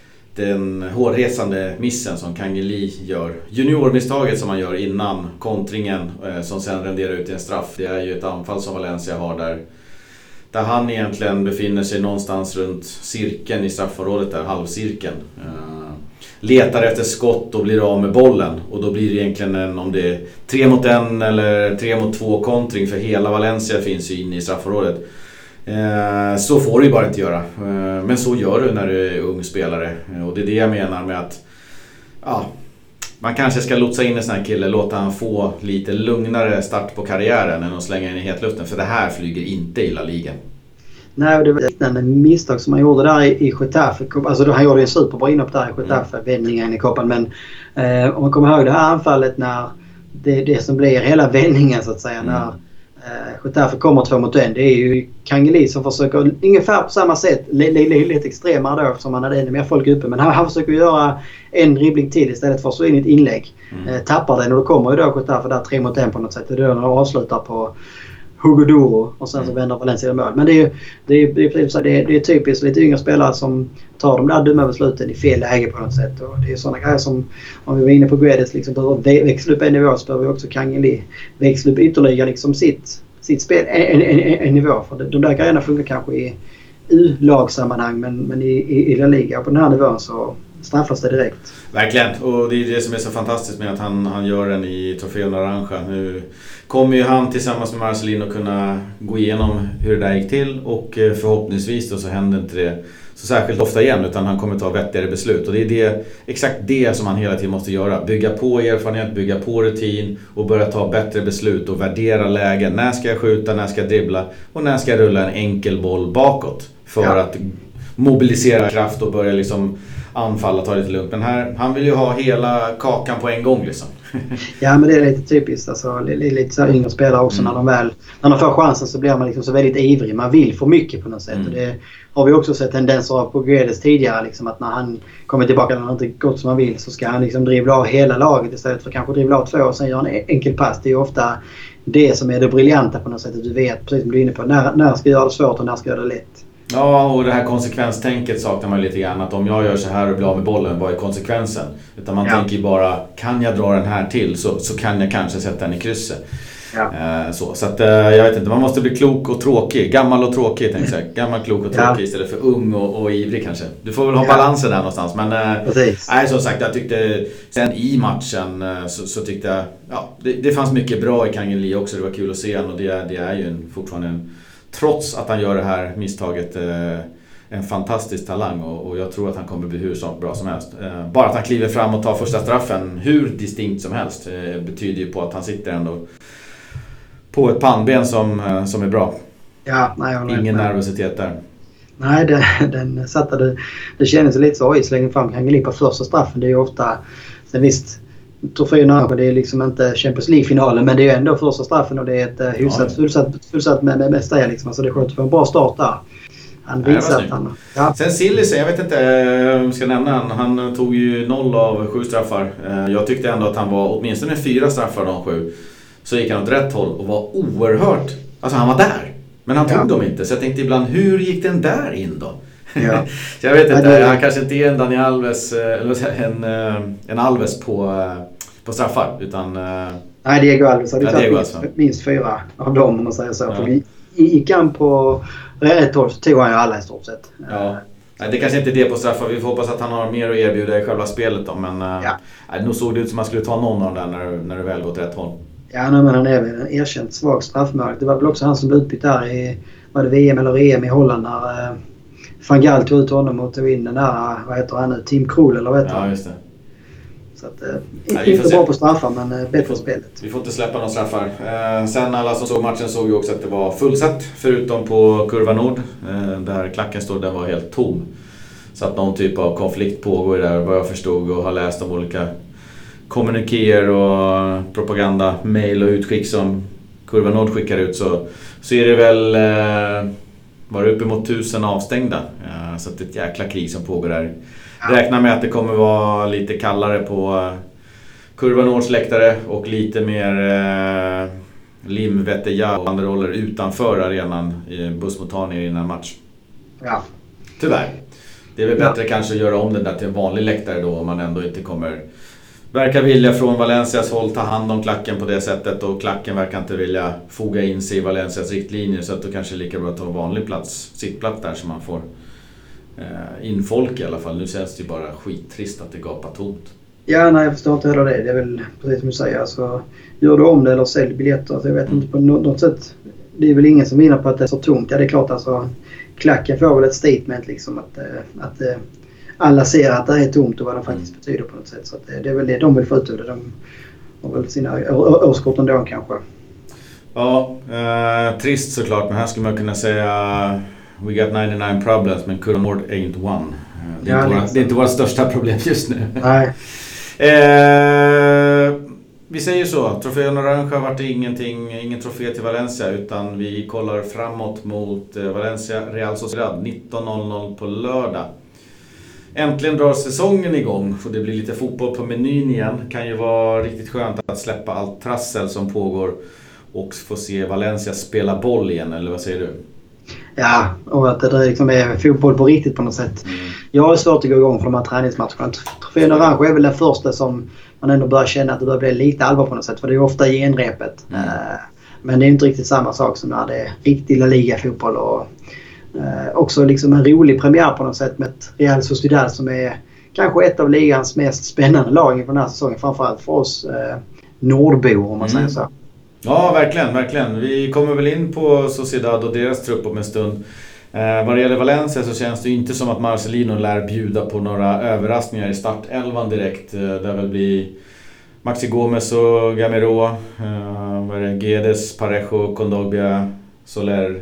den hårresande missen som Kangeli gör. Juniormisstaget som han gör innan kontringen eh, som sen renderar ut i en straff. Det är ju ett anfall som Valencia har där. Där han egentligen befinner sig någonstans runt cirkeln i straffområdet där, halvcirkeln. Eh, letar efter skott och blir av med bollen. Och då blir det egentligen en, om det är tre mot en eller tre mot två kontring för hela Valencia finns ju inne i straffområdet. Eh, så får du ju bara inte göra. Eh, men så gör du när du är ung spelare. Eh, och det är det jag menar med att ja, man kanske ska lotsa in en sån här kille, låta han få lite lugnare start på karriären än att slänga in i hetluften. För det här flyger inte i La Liga. Nej, det var liknande misstag som han gjorde där i, i Getafe. Alltså då han gjorde en superbra inhopp där i Getafe, mm. vändningen i koppen. Men eh, om man kommer ihåg det här anfallet när det är det som blir hela vändningen så att säga. Mm. När eh, Getafe kommer två mot en. Det är ju Kangeli som försöker ungefär på samma sätt, lite extremare då eftersom han hade ännu mer folk uppe. Men han, han försöker göra en dribbling till istället för att slå in ett inlägg. Mm. Eh, tappar den och då kommer ju då Getafe där tre mot en på något sätt. Och då när de avslutar på Hugo Duro och sen så vänder Valencia i mål. Men det är ju det är, det är, det är, det är typiskt lite yngre spelare som tar de där dumma besluten i fel läge på något sätt. Och det är sådana grejer som, om vi var inne på Guedes, liksom behöver växla upp en nivå, så behöver vi också Kangeli växla upp ytterligare liksom sitt, sitt spel en, en, en, en nivå. För de där grejerna funkar kanske i U-lagsammanhang men, men i, i, i La Liga på den här nivån så straffas det direkt. Verkligen, och det är det som är så fantastiskt med att han, han gör den i Trofeo Naranja. Nu kommer ju han tillsammans med Marcelino kunna gå igenom hur det där gick till och förhoppningsvis då så händer inte det så särskilt ofta igen utan han kommer ta vettigare beslut. Och det är det, exakt det som han hela tiden måste göra. Bygga på erfarenhet, bygga på rutin och börja ta bättre beslut och värdera lägen. När ska jag skjuta, när ska jag dribbla och när ska jag rulla en enkel boll bakåt för ja. att mobilisera kraft och börja liksom anfalla, ta lite lugnt. Men här, han vill ju ha hela kakan på en gång liksom. Ja, men det är lite typiskt. Alltså, lite så yngre spelare också mm. när de väl när de får chansen så blir man liksom så väldigt ivrig. Man vill få mycket på något sätt. Mm. Och det har vi också sett tendenser av på Guedes tidigare. Liksom, att när han kommer tillbaka när han inte gått som han vill så ska han liksom dribbla av hela laget istället för kanske dribbla av två och sen göra en enkel pass. Det är ofta det som är det briljanta på något sätt. Att du vet, precis som du är inne på, när, när ska jag göra det svårt och när ska jag göra det lätt. Ja, och det här konsekvenstänket saknar man lite grann. Att om jag gör så här och blir av med bollen, vad är konsekvensen? Utan man ja. tänker ju bara, kan jag dra den här till så, så kan jag kanske sätta den i krysset. Ja. Eh, så så att, eh, jag vet inte, man måste bli klok och tråkig. Gammal och tråkig, tänkte jag. Gammal, klok och tråkig ja. istället för ung och, och ivrig kanske. Du får väl ha ja. balansen där någonstans. Men eh, nej, som sagt, jag tyckte sen i matchen eh, så, så tyckte jag, ja, det, det fanns mycket bra i Kangeli också. Det var kul att se honom och det, det är ju en, fortfarande en, trots att han gör det här misstaget, eh, en fantastisk talang och, och jag tror att han kommer bli hur så bra som helst. Eh, bara att han kliver fram och tar första straffen hur distinkt som helst eh, betyder ju på att han sitter ändå på ett pannben som, eh, som är bra. Ja, nej, jag Ingen nej. nervositet där. Nej, den, den satte det, det kändes lite så, oj, slänger fram Kangeli på första straffen. Det är ju ofta, sen visst, Trofeo Naranja, det är liksom inte Champions League-finalen men det är ju ändå första straffen och det är ett uh, hyfsat, ja. fullsatt, fullsatt med, med, med steg liksom. Alltså det är skönt att få en bra start där. Han visar att han... Ja. Sen Sillis, jag vet inte om jag ska nämna han, han tog ju noll av sju straffar. Jag tyckte ändå att han var åtminstone fyra straffar av de sju. Så gick han åt rätt håll och var oerhört... Alltså han var där, men han tog ja. dem inte. Så jag tänkte ibland, hur gick den där in då? Ja. Så jag vet inte, det... han kanske inte är en Dani Alves, eller en, en Alves på, på straffar, utan... Nej, Diego Alves hade ja, minst, minst fyra av dem om man säger så. Ja. För vi gick han på rätt håll så tog han ju alla i stort sett. Ja. Nej, det kanske inte är det på straffar. Vi får hoppas att han har mer att erbjuda i själva spelet då, men ja. nej, nog såg det ut som att man skulle ta någon av dem där när, när det väl gått rätt håll. Ja, nej, men han är väl en erkänt svag straffmål. Det var väl också han som blev utbytt där i var det V M eller E M i Holland när uh, Van Gaal tog ut honom och tog in den där, vad heter han nu, Tim Krul eller vad heter han? Ja, just det. Så att, uh, nej, inte bra på straffar men uh, bättre får, spelet. Vi får inte släppa några straffar. Uh, sen alla som såg matchen såg ju också att det var fullsatt förutom på Kurva Nord uh, där klacken stod, den var helt tom. Så att någon typ av konflikt pågår där vad jag förstod och har läst om olika kommunikéer och propaganda, mail och utskick som Kurva Nord skickar ut så, så är det väl uh, var det uppemot tusen avstängda. Uh, så att det är ett jäkla krig som pågår där. Räknar med att det kommer vara lite kallare på Kurva Nords läktare och lite mer eh, limvetteja och banderoller utanför arenan i bussmottagningen innan match. Ja. Tyvärr. Det är väl bättre ja. kanske att göra om den där till en vanlig läktare då om man ändå inte kommer verkar vilja från Valencias håll ta hand om klacken på det sättet och klacken verkar inte vilja foga in sig i Valencias riktlinjer så att då kanske lika bra att ta en vanlig plats, sittplats där så man får in folk i alla fall. Nu känns det ju bara skittrist att det gapar tomt. Ja, nej, jag förstår inte heller det. Det är väl precis som du säger. Alltså, gör du om det eller sälj biljetter. Alltså, jag vet mm. inte på något sätt. Det är väl ingen som vinner på att det är så tomt. Ja, det är klart alltså. Klacken får väl ett statement liksom. Att, att alla ser att det är tomt och vad det faktiskt betyder på något sätt. Så att det är väl det de vill få ut ur det. De har väl sina årskort ändå kanske. Ja, eh, trist såklart. Men här skulle man kunna säga... We got ninety-nine problems, men Kurva Nord ain't one. Det är, ja, inte våra, det är inte våra största problem just nu. Nej. eh, vi säger så. Trofeo Naranja vart det ingenting, ingen trofé till Valencia, utan vi kollar framåt mot Valencia Real Sociedad nitton noll noll på lördag. Äntligen drar säsongen igång och det blir lite fotboll på menyn igen. Kan ju vara riktigt skönt att släppa allt trassel som pågår och få se Valencia spela boll igen, eller vad säger du? Ja, och att det liksom är fotboll på riktigt på något sätt. Mm. Jag har svårt att gå igång för de här träningsmatcherna. Trofeo Orange är väl den första som man ändå börjar känna att det börjar bli lite allvar på något sätt. För det är ofta genrepet. Mm. Men det är inte riktigt samma sak som när det är riktig La Liga-fotboll. Och eh, också liksom en rolig premiär på något sätt med ett Real Sociedad som är kanske ett av ligans mest spännande lag inför den här säsongen. Framförallt för oss eh, nordbor, om man mm. säger så. Ja, verkligen, verkligen. Vi kommer väl in på Sociedad och deras trupp om en stund. Eh, vad det gäller Valencia så känns det inte som att Marcelino lär bjuda på några överraskningar i startelvan direkt. Eh, där väl blir Maxi Gomez och Gamero, eh, vad är det? Guedes, Parejo, Kondogbia, Soler,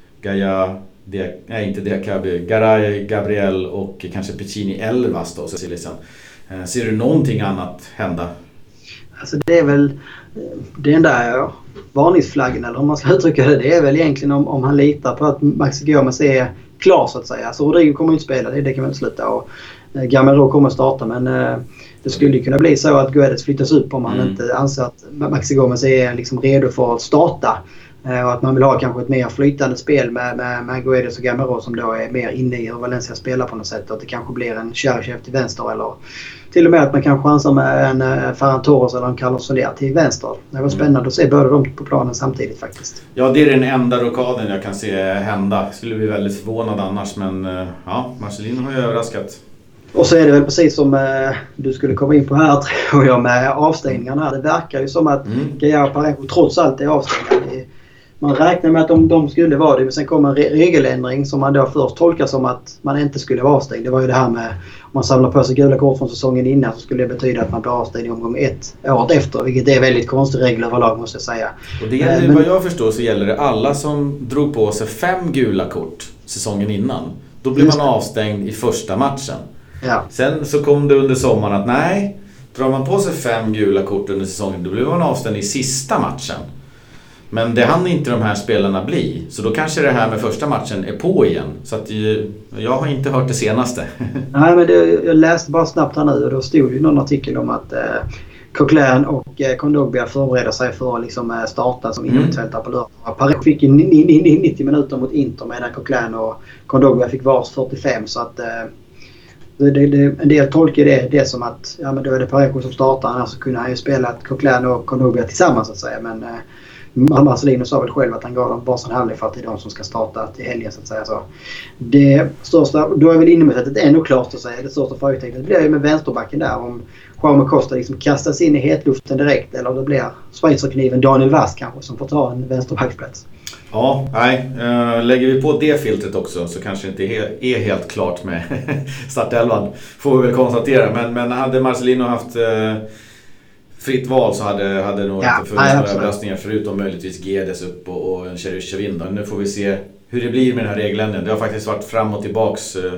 Gaia, Dia, nej inte Diakabi, Garay, Gabriel och kanske Piccini Elvas då, så eh, ser du någonting annat hända? Alltså det är väl det enda ja, varningsflaggen, eller om man ska uttrycka det, det är väl egentligen om, om han litar på att Maxi Gomez är klar så att säga. Alltså Rodrigo kommer inte spela, det, det kan man inte sluta. Och eh, Gamero kommer starta, men eh, det skulle ju kunna bli så att Guedes flyttas upp om man mm. inte anser att Maxi Gomez är liksom redo för att starta. Eh, och att man vill ha kanske ett mer flytande spel med, med, med Guedes och Gamero som då är mer inne i hur Valencia spelar på något sätt. Och att det kanske blir en Cherchev till vänster, eller till och med att man kan chansa med en uh, Ferran Torres eller en Carlos Soler till vänster. Det var spännande mm. att se båda de på planen samtidigt faktiskt. Ja, det är den enda rokaden jag kan se hända. Skulle bli väldigt förvånad annars, men uh, ja, Marcelino har ju överraskat. Och så är det väl precis som uh, du skulle komma in på här, tror jag, med avstängningarna här. Det verkar ju som att mm. Gaia och Parejo trots allt är avstängda. Man räknar med att de, de skulle vara det, men sen kom en re- regeländring som man då först tolkar som att man inte skulle vara avstängd. Det var ju det här med om man samlar på sig gula kort från säsongen innan, så skulle det betyda att man blir avstängd i omgång ett året efter, vilket är väldigt konstig regel överlag, måste jag säga. Och det gäller, men, vad jag förstår så gäller det alla som drog på sig fem gula kort säsongen innan. Då blev man avstängd i första matchen. Ja. Sen så kom det under sommaren att nej, drar man på sig fem gula kort under säsongen, då blev man avstängd i sista matchen. Men det hann inte de här spelarna bli. Så då kanske det här med första matchen är på igen. Så att jag har inte hört det senaste. Nej, men det, jag läste bara snabbt här nu och då stod det någon artikel om att eh, Coquelin och eh, Kondogbia förbereder sig för att liksom, eh, starta som mm. innermittfältare på lördag. Parejo fick ju nittio minuter mot Inter medan Coquelin och Kondogbia fick vars fyrtiofem. Så att eh, det, det, det, en del tolkar det, det som att ja, men då är det Parejo som startar. Annars så kunde han ju spela Coquelin och Kondogbia tillsammans så att säga. Men eh, Marcelino sa väl själv att han gav dem bara en halvlek för att det är de som ska starta till helgen så att säga. Så det största, då är väl innermittfältet ändå klart att säga. Det största frågetecknet blir ju med vänsterbacken där. Om Jaume Costa liksom kastas in i hetluften direkt, eller det blir schweizerkniven Daniel Vaz kanske som får ta en vänsterbacksplats. Ja, nej. Lägger vi på det filtret också så kanske inte är helt klart med startelvan. Får vi väl konstatera. Men, men hade Marcelino haft fritt val så hade, hade nog ja, inte funnits några överraskningar förutom möjligtvis Guedes upp och, och en Cherchev. Nu får vi se hur det blir med den här regeländringen. Det har faktiskt varit fram och tillbaks eh,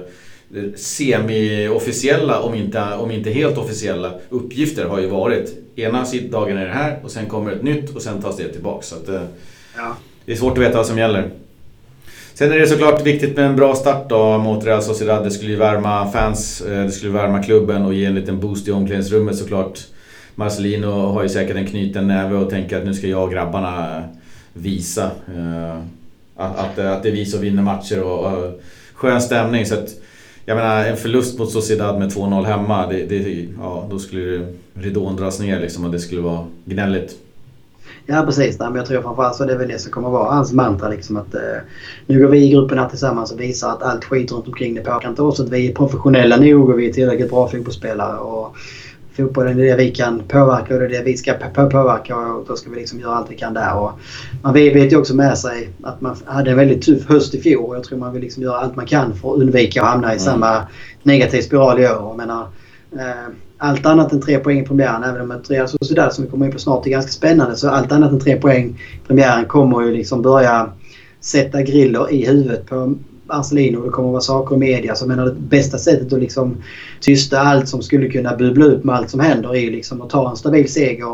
semi-officiella, om inte, om inte helt officiella uppgifter har ju varit. Ena dagen är det här och sen kommer ett nytt och sen tas det tillbaks. Så att, eh, ja. Det är svårt att veta vad som gäller. Sen är det såklart viktigt med en bra start då mot Real Sociedad. Det skulle ju värma fans, eh, det skulle värma klubben och ge en liten boost i omklädningsrummet såklart. Marcelino har ju säkert en knuten näve och tänker att nu ska jag och grabbarna visa uh, att, att, att det är vi som vinner matcher och uh, skön stämning. Så att, jag menar, en förlust mot Sociedad med två noll hemma, det, det, ja, då skulle ridån dras ner liksom, och det skulle vara gnälligt. Ja, precis. Men jag tror framförallt så det är väl det som kommer vara hans mantra. Liksom, att, eh, nu går vi i gruppen här tillsammans och visar att allt skit runt omkring det påverkar inte oss. Att vi är professionella nog och vi är tillräckligt bra fotbollsspelare. Och fotbollen är det vi kan påverka och det är det vi ska påverka. Och då ska vi liksom göra allt vi kan där. Och man vet ju också med sig att man hade en väldigt tuff höst i fjol. Och jag tror man vill liksom göra allt man kan för att undvika att hamna i mm. samma negativ spiral i år. Jag menar, eh, allt annat än tre poäng i premiären, även om ett Real Sociedad som vi kommer in på snart är ganska spännande, så allt annat än tre poäng i premiären kommer ju liksom börja sätta griller i huvudet på Marcelino. Det kommer att vara saker i media. Så jag menar, det bästa sättet att liksom tysta allt som skulle kunna bubbla upp med allt som händer är liksom att ta en stabil seger och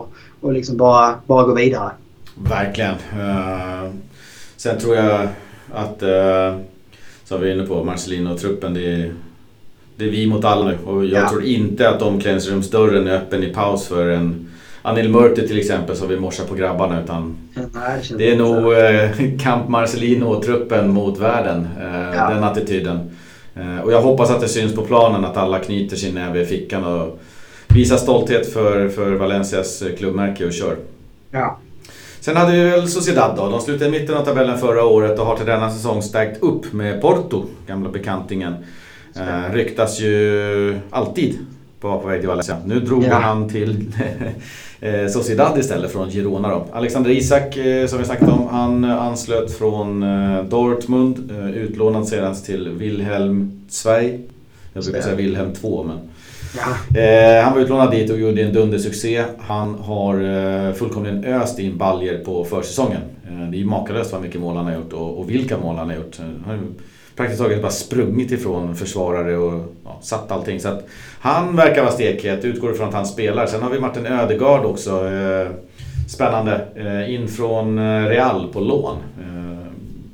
och liksom bara, bara gå vidare. Verkligen. Uh, sen tror jag att, uh, som vi är inne på, Marcelino och truppen, det är, det är vi mot alla nu. Och jag ja. tror inte att omklädningsrumsdörren är öppen i paus för en Anil Murti till exempel, som vi morsar på grabbarna, utan Nej, det, det är nog uh, kamp Marcelino och truppen mot världen, uh, ja. den attityden. Uh, och jag hoppas att det syns på planen, att alla knyter sin näve i fickan och visar stolthet för, för Valencias klubbmärke och kör. Ja. Sen hade vi väl Sociedad då. De slutade i mitten av tabellen förra året och har till denna säsong stärkt upp med Porto, gamla bekantingen. Eh, ryktas ju alltid på, på väg till Valencia. Nu drog ja. han till eh, Sociedad istället från Girona då. Alexander Isak, eh, som vi sagt om, han anslöt från eh, Dortmund, eh, utlånad sedan till Wilhelm Zweig. Jag brukar säga Wilhelm två, men Ja. Eh, han var utlånad dit och gjorde en dundersuccé. Han har eh, fullkomligen öst in baljer på försäsongen. Eh, det är ju makalöst vad mycket mål han har gjort och, och vilka mål han har gjort. Han har praktiskt taget bara sprungit ifrån försvarare och ja, satt allting. Så att han verkar vara stekhet, utgår ifrån att han spelar. Sen har vi Martin Ödegaard också. Eh, spännande. Eh, in från Real på lån. Eh,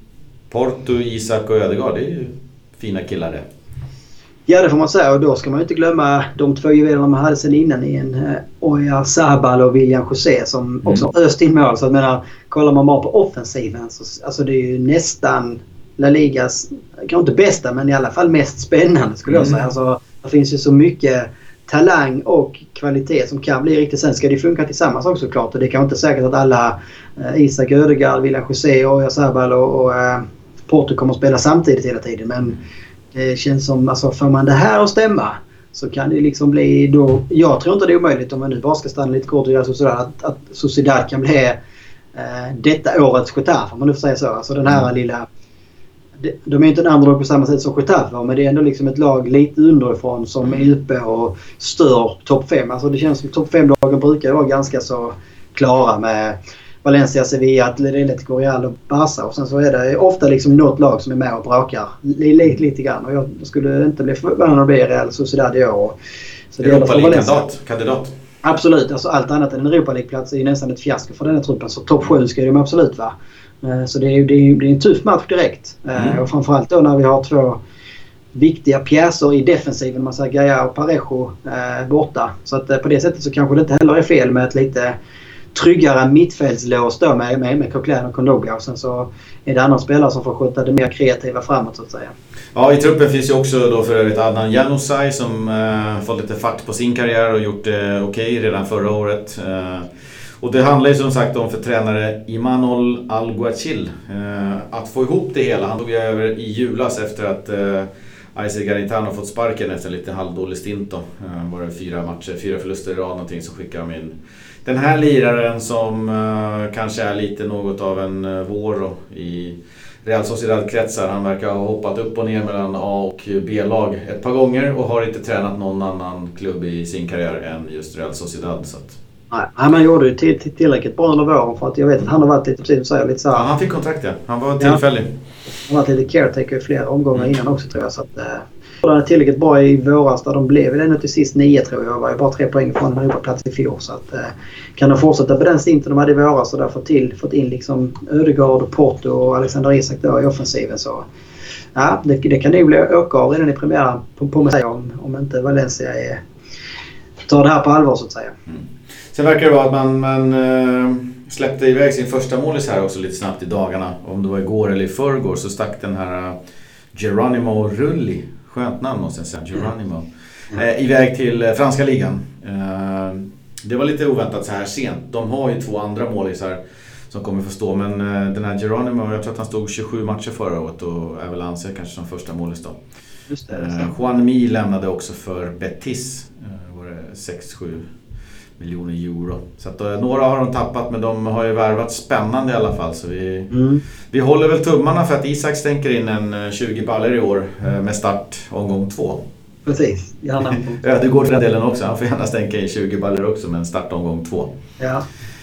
Porto, Isak och Ödegaard, det är ju fina killar det. Ja, det får man säga, och då ska man ju inte glömma de två juvelerna man hade sen innan i en eh, Oyarzabal och William José som mm. också öst in mål. Så jag menar, kollar man bara på offensiven så alltså det är ju nästan La Ligas, kanske inte bästa men i alla fall mest spännande skulle jag säga. Mm. Alltså, det finns ju så mycket talang och kvalitet som kan bli riktigt. Sen ska det funka tillsammans också såklart, och det kan inte säkert att alla eh, Isak, Ödegaard, William José, Oyarzabal och, och eh, Porto kommer att spela samtidigt hela tiden, men det känns som, alltså får man det här att stämma så kan det liksom bli då, jag tror inte det är omöjligt om man nu bara ska stanna lite kort och göra så sådär, att, att Sociedad kan bli eh, detta årets Getafe, om man nu får säga så. Alltså den här mm. lilla, de, de är inte en andra på samma sätt som Getafe, men det är ändå liksom ett lag lite underifrån som är uppe och stör topp fem. Alltså det känns som topp fem-lagen brukar vara ganska så klara med Valencia, Sevilla, Atletico, Real och Barca, och sen så är det ofta liksom något lag som är med och brakar lite, lite grann, och jag skulle inte bli förvånad om det blir Real Sociedad i år. Så det Europa League-kandidat, kandidat. Absolut, alltså allt annat än en Europa League-plats är ju nästan ett fiasko för den här truppen, så topp sju ska de absolut vara. Så det är, det är, det är en tuff match direkt, mm. och framförallt då när vi har två viktiga pjäser i defensiven, man säger Gaia och Parejo eh, borta, så att eh, på det sättet så kanske det inte heller är fel med ett lite tryggare mittfältslås då med, med, med Coquelin och Kondogbia, och sen så är det andra spelare som får sköta det mer kreativa framåt så att säga. Ja, i truppen finns ju också då för övrigt Adnan Januzaj som eh, fått lite fart på sin karriär och gjort det eh, okej okay redan förra året. Eh, och det handlar ju som sagt om för tränare Imanol Alguacil eh, att få ihop det hela. Han tog ju över i julas efter att eh, Aysel Garitano fått sparken efter lite halvdålig stint då. Eh, var det fyra matcher, fyra förluster i rad någonting, så skickade de in den här liraren som uh, kanske är lite något av en uh, vår i Real Sociedad-kretsar. Han verkar ha hoppat upp och ner mellan A- och B-lag ett par gånger och har inte tränat någon annan klubb i sin karriär än just Real Sociedad. Så att... Nej, han gjorde ju till, till, tillräckligt bra under våren, för att jag vet att han har varit lite, precis säger, lite så här. Ja, han fick kontrakt, ja. Han var tillfällig. Ja. Han har varit lite caretaker i flera omgångar mm. innan också tror jag. Så att, uh... han är tillräckligt bra i våras där de blev väl ännu till sist nio tror jag. Var ju bara tre poäng från en Europaplats i fjol. Så att, eh, kan de fortsätta på den stinten de hade i våras och där fått, till, fått in liksom Ödegaard och Porto och Alexander Isak då i offensiven, så ja, det, det kan nog bli åka av redan i premiären på, på mig om, om inte Valencia är, tar det här på allvar så att säga. Mm. Sen verkar det vara att man, man äh, släppte iväg sin första målis här också lite snabbt i dagarna. Om det var igår eller i förrgår så stack den här äh, Geronimo Rulli, skönt namn måste jag säga, Geronimo, mm. eh, iväg till eh, franska ligan. Eh, det var lite oväntat så här sent. De har ju två andra målisar som kommer få stå, men eh, den här Geronimo, jag tror att han stod tjugosju matcher förra året och är väl ansedd kanske som första målis då. Just det, eh, Juan Mi lämnade också för Betis, eh, var det sex sju miljoner euro. Så att, eh, några har de tappat, men de har ju värvat spännande i alla fall. Så vi, mm. vi håller väl tummarna för att Isak stänker in en tjugo baller i år eh, med start omgång två. Precis, gärna. Ja, det går för den delen också. Han får gärna stänka in tjugo baller också med en start omgång två. Ja.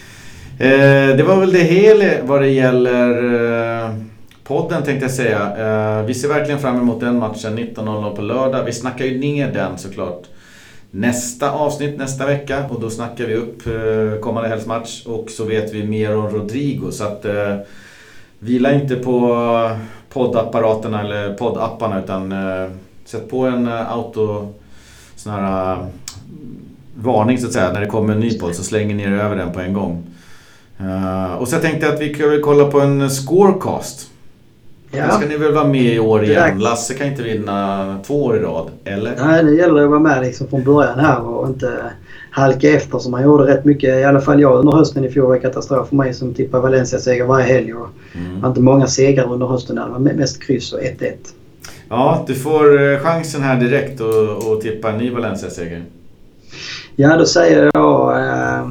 Eh, det var väl det hela vad det gäller eh, podden tänkte jag säga. Eh, vi ser verkligen fram emot den matchen nitton noll noll på lördag. Vi snackar ju ner den såklart nästa avsnitt nästa vecka. Och då snackar vi upp eh, kommande helgsmatch. Och så vet vi mer om Rodrigo. Så att eh, vila inte på poddapparaterna eller poddapparna. Utan eh, sätt på en eh, auto sån här uh, varning så att säga. När det kommer en ny podd så slänger ni er över den på en gång. Uh, och så jag tänkte att vi kan kolla på en scorecast. Ja. Då ska ni väl vara med i år igen. Lasse kan inte vinna två år i rad, eller? Nej, det gäller att vara med liksom från början här och inte halka efter som man gjorde rätt mycket. I alla fall jag under hösten i fjol var katastrof för mig som tippar Valencia-seger varje helg. Och mm. inte många segrar under hösten där. Det var mest kryss och ett ett. Ja, du får chansen här direkt att, att tippa en ny Valencia-seger. Ja, då säger jag eh,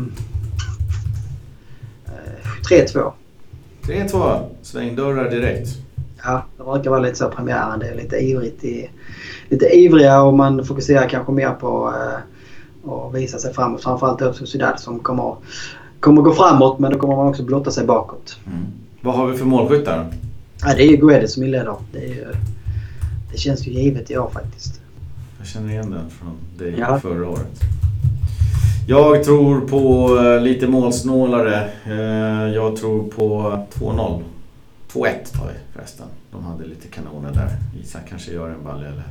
tre två. tre två, svängdörrar direkt. Ja, det verkar vara lite så premiären. Det är lite ivrigt i, lite ivriga och man fokuserar kanske mer på eh, att visa sig framåt. Framförallt då Sociedad som kommer, kommer gå framåt, men då kommer man också blotta sig bakåt. Mm. Vad har vi för målskyttar? Ja, det är ju Guedes som inleder. Det, är ju, det känns ju givet i år faktiskt. Jag känner igen den från dig ja. förra året. Jag tror på lite målsnålare. Jag tror på två noll. två ett tar vi förresten. De hade lite kanoner där. Isak kanske gör en balle eller.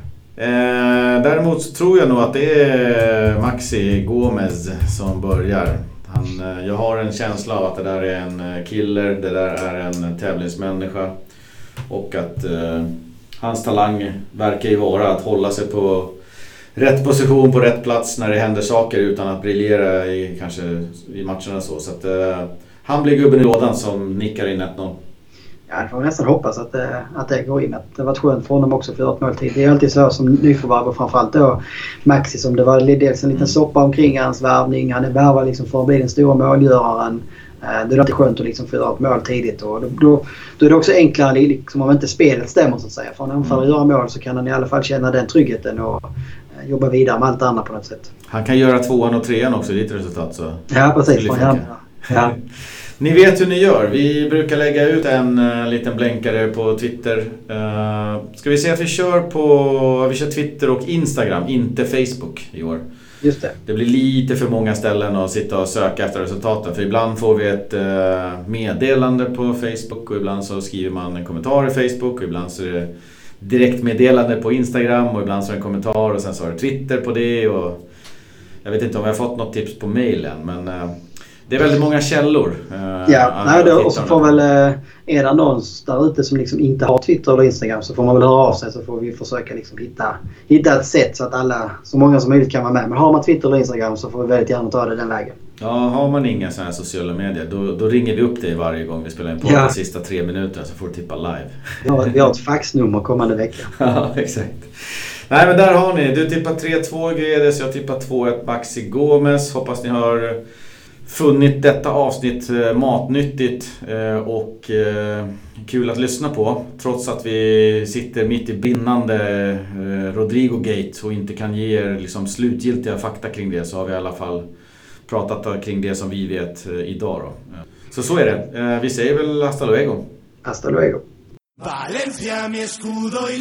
Eh, däremot så tror jag nog att det är Maxi Gomez som börjar. Han, jag har en känsla av att det där är en killer. Det där är en tävlingsmänniska. Och att eh, hans talang verkar ju vara att hålla sig på rätt position på rätt plats när det händer saker utan att briljera i, kanske i matcherna så. Så att eh, han blir gubben i lådan som nickar in ett noll. Ja, jag får nästan hoppas att, äh, att det går in. Att det var skönt för honom också för ett måltid. Det är alltid så som nyförvärv och framförallt då Maxi som det var dels en liten mm. soppa omkring hans värvning. Han är värvad liksom för att bli den stora målgöraren. Äh, det är alltid skönt att liksom få göra ett mål tidigt. Och då, då, då är det också enklare liksom, om inte spelet stämmer så att säga. För när han får mm. göra mål så kan han i alla fall känna den tryggheten och äh, jobba vidare med allt annat på något sätt. Han kan göra tvåan och trean också i ditt resultat. Så. Ja, precis. Ja. Ni vet hur ni gör. Vi brukar lägga ut en uh, liten blänkare på Twitter. Uh, ska vi säga att vi kör på vi kör Twitter och Instagram, inte Facebook i år. Just det. Det blir lite för många ställen att sitta och söka efter resultaten. För ibland får vi ett uh, meddelande på Facebook och ibland så skriver man en kommentar i Facebook och ibland så är det direktmeddelande på Instagram och ibland så är det en kommentar och sen så är det Twitter på det. Och jag vet inte om vi har fått något tips på mailen, men uh, det är väldigt många källor. Eh, ja, nej, då, och så får väl, är det någon där ute som liksom inte har Twitter eller Instagram så får man väl höra av sig så får vi försöka liksom hitta, hitta ett sätt så att alla, så många som möjligt kan vara med. Men har man Twitter eller Instagram så får vi väldigt gärna ta det den vägen. Ja, har man inga sådana här sociala medier då, då ringer vi upp dig varje gång vi spelar in på ja. de sista tre minuterna så får du tippa live. Ja, vi har ett faxnummer kommande vecka. Ja, exakt. Nej, men där har ni. Du tippar tre två Guedes, jag tippar två ett Maxi Gomez. Hoppas ni har funnit detta avsnitt eh, matnyttigt eh, och eh, kul att lyssna på. Trots att vi sitter mitt i brinnande eh, Rodrigo Gate och inte kan ge er liksom, slutgiltiga fakta kring det så har vi i alla fall pratat kring det som vi vet eh, idag. Då. Så så är det. Eh, vi säger väl hasta luego. Hasta luego. Valencia, mi escudo y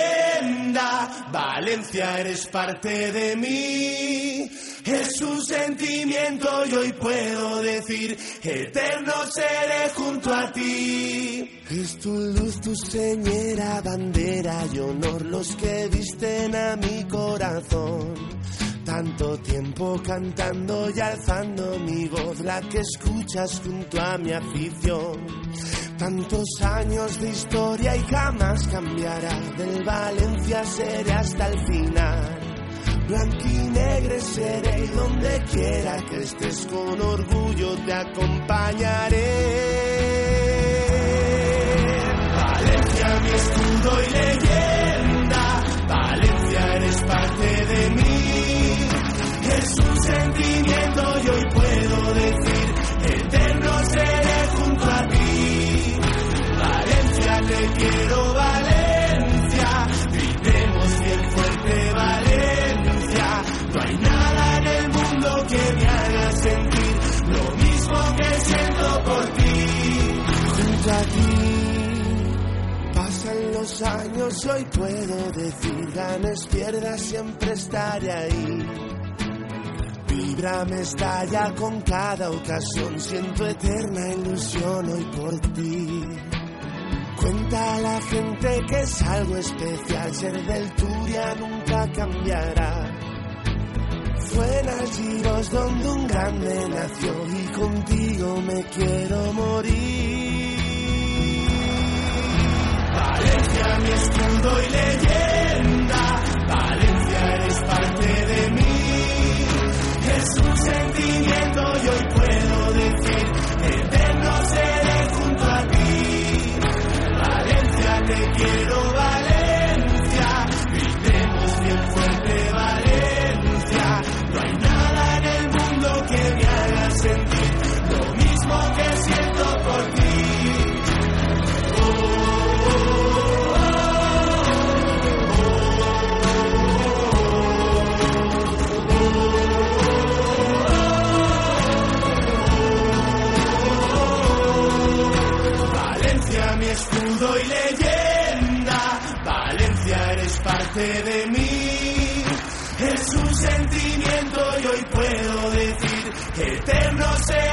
leyenda, Valencia eres parte de mí, es un sentimiento y hoy puedo decir, eterno seré junto a ti. Es tu luz, tu señera, bandera y honor los que visten a mi corazón. Tanto tiempo cantando y alzando mi voz, la que escuchas junto a mi afición. Tantos años de historia y jamás cambiará, del Valencia seré hasta el final. Blanquinegre seré y donde quiera que estés con orgullo te acompañaré. Valencia, mi escudo y leyenda, Valencia eres parte de mí. Es un sentimiento y hoy puedo decir, eterno seré junto a ti. Valencia, te quiero Valencia, gritemos bien fuerte Valencia. No hay nada en el mundo que me haga sentir lo mismo que siento por ti. Junto a ti pasan los años, hoy puedo decir, ganes, pierdas, siempre estaré ahí. vibra me estalla con cada ocasión. Siento eterna ilusión hoy por ti. Cuenta a la gente que es algo especial. Ser del Turia nunca cambiará. Fue en Algiros donde un grande nació y contigo me quiero morir. Valencia, mi escudo y leyenda. Valencia, eres parte de mí. Es un sentimiento y hoy puedo decir eterno seré junto a ti. Valencia, te quiero, Valencia. Gritemos bien fuerte, Valencia. No hay nada en el mundo que me haga sentir lo mismo que siento por ti. Mi escudo y leyenda, Valencia, eres parte de mí. Es un sentimiento y hoy puedo decir eterno será.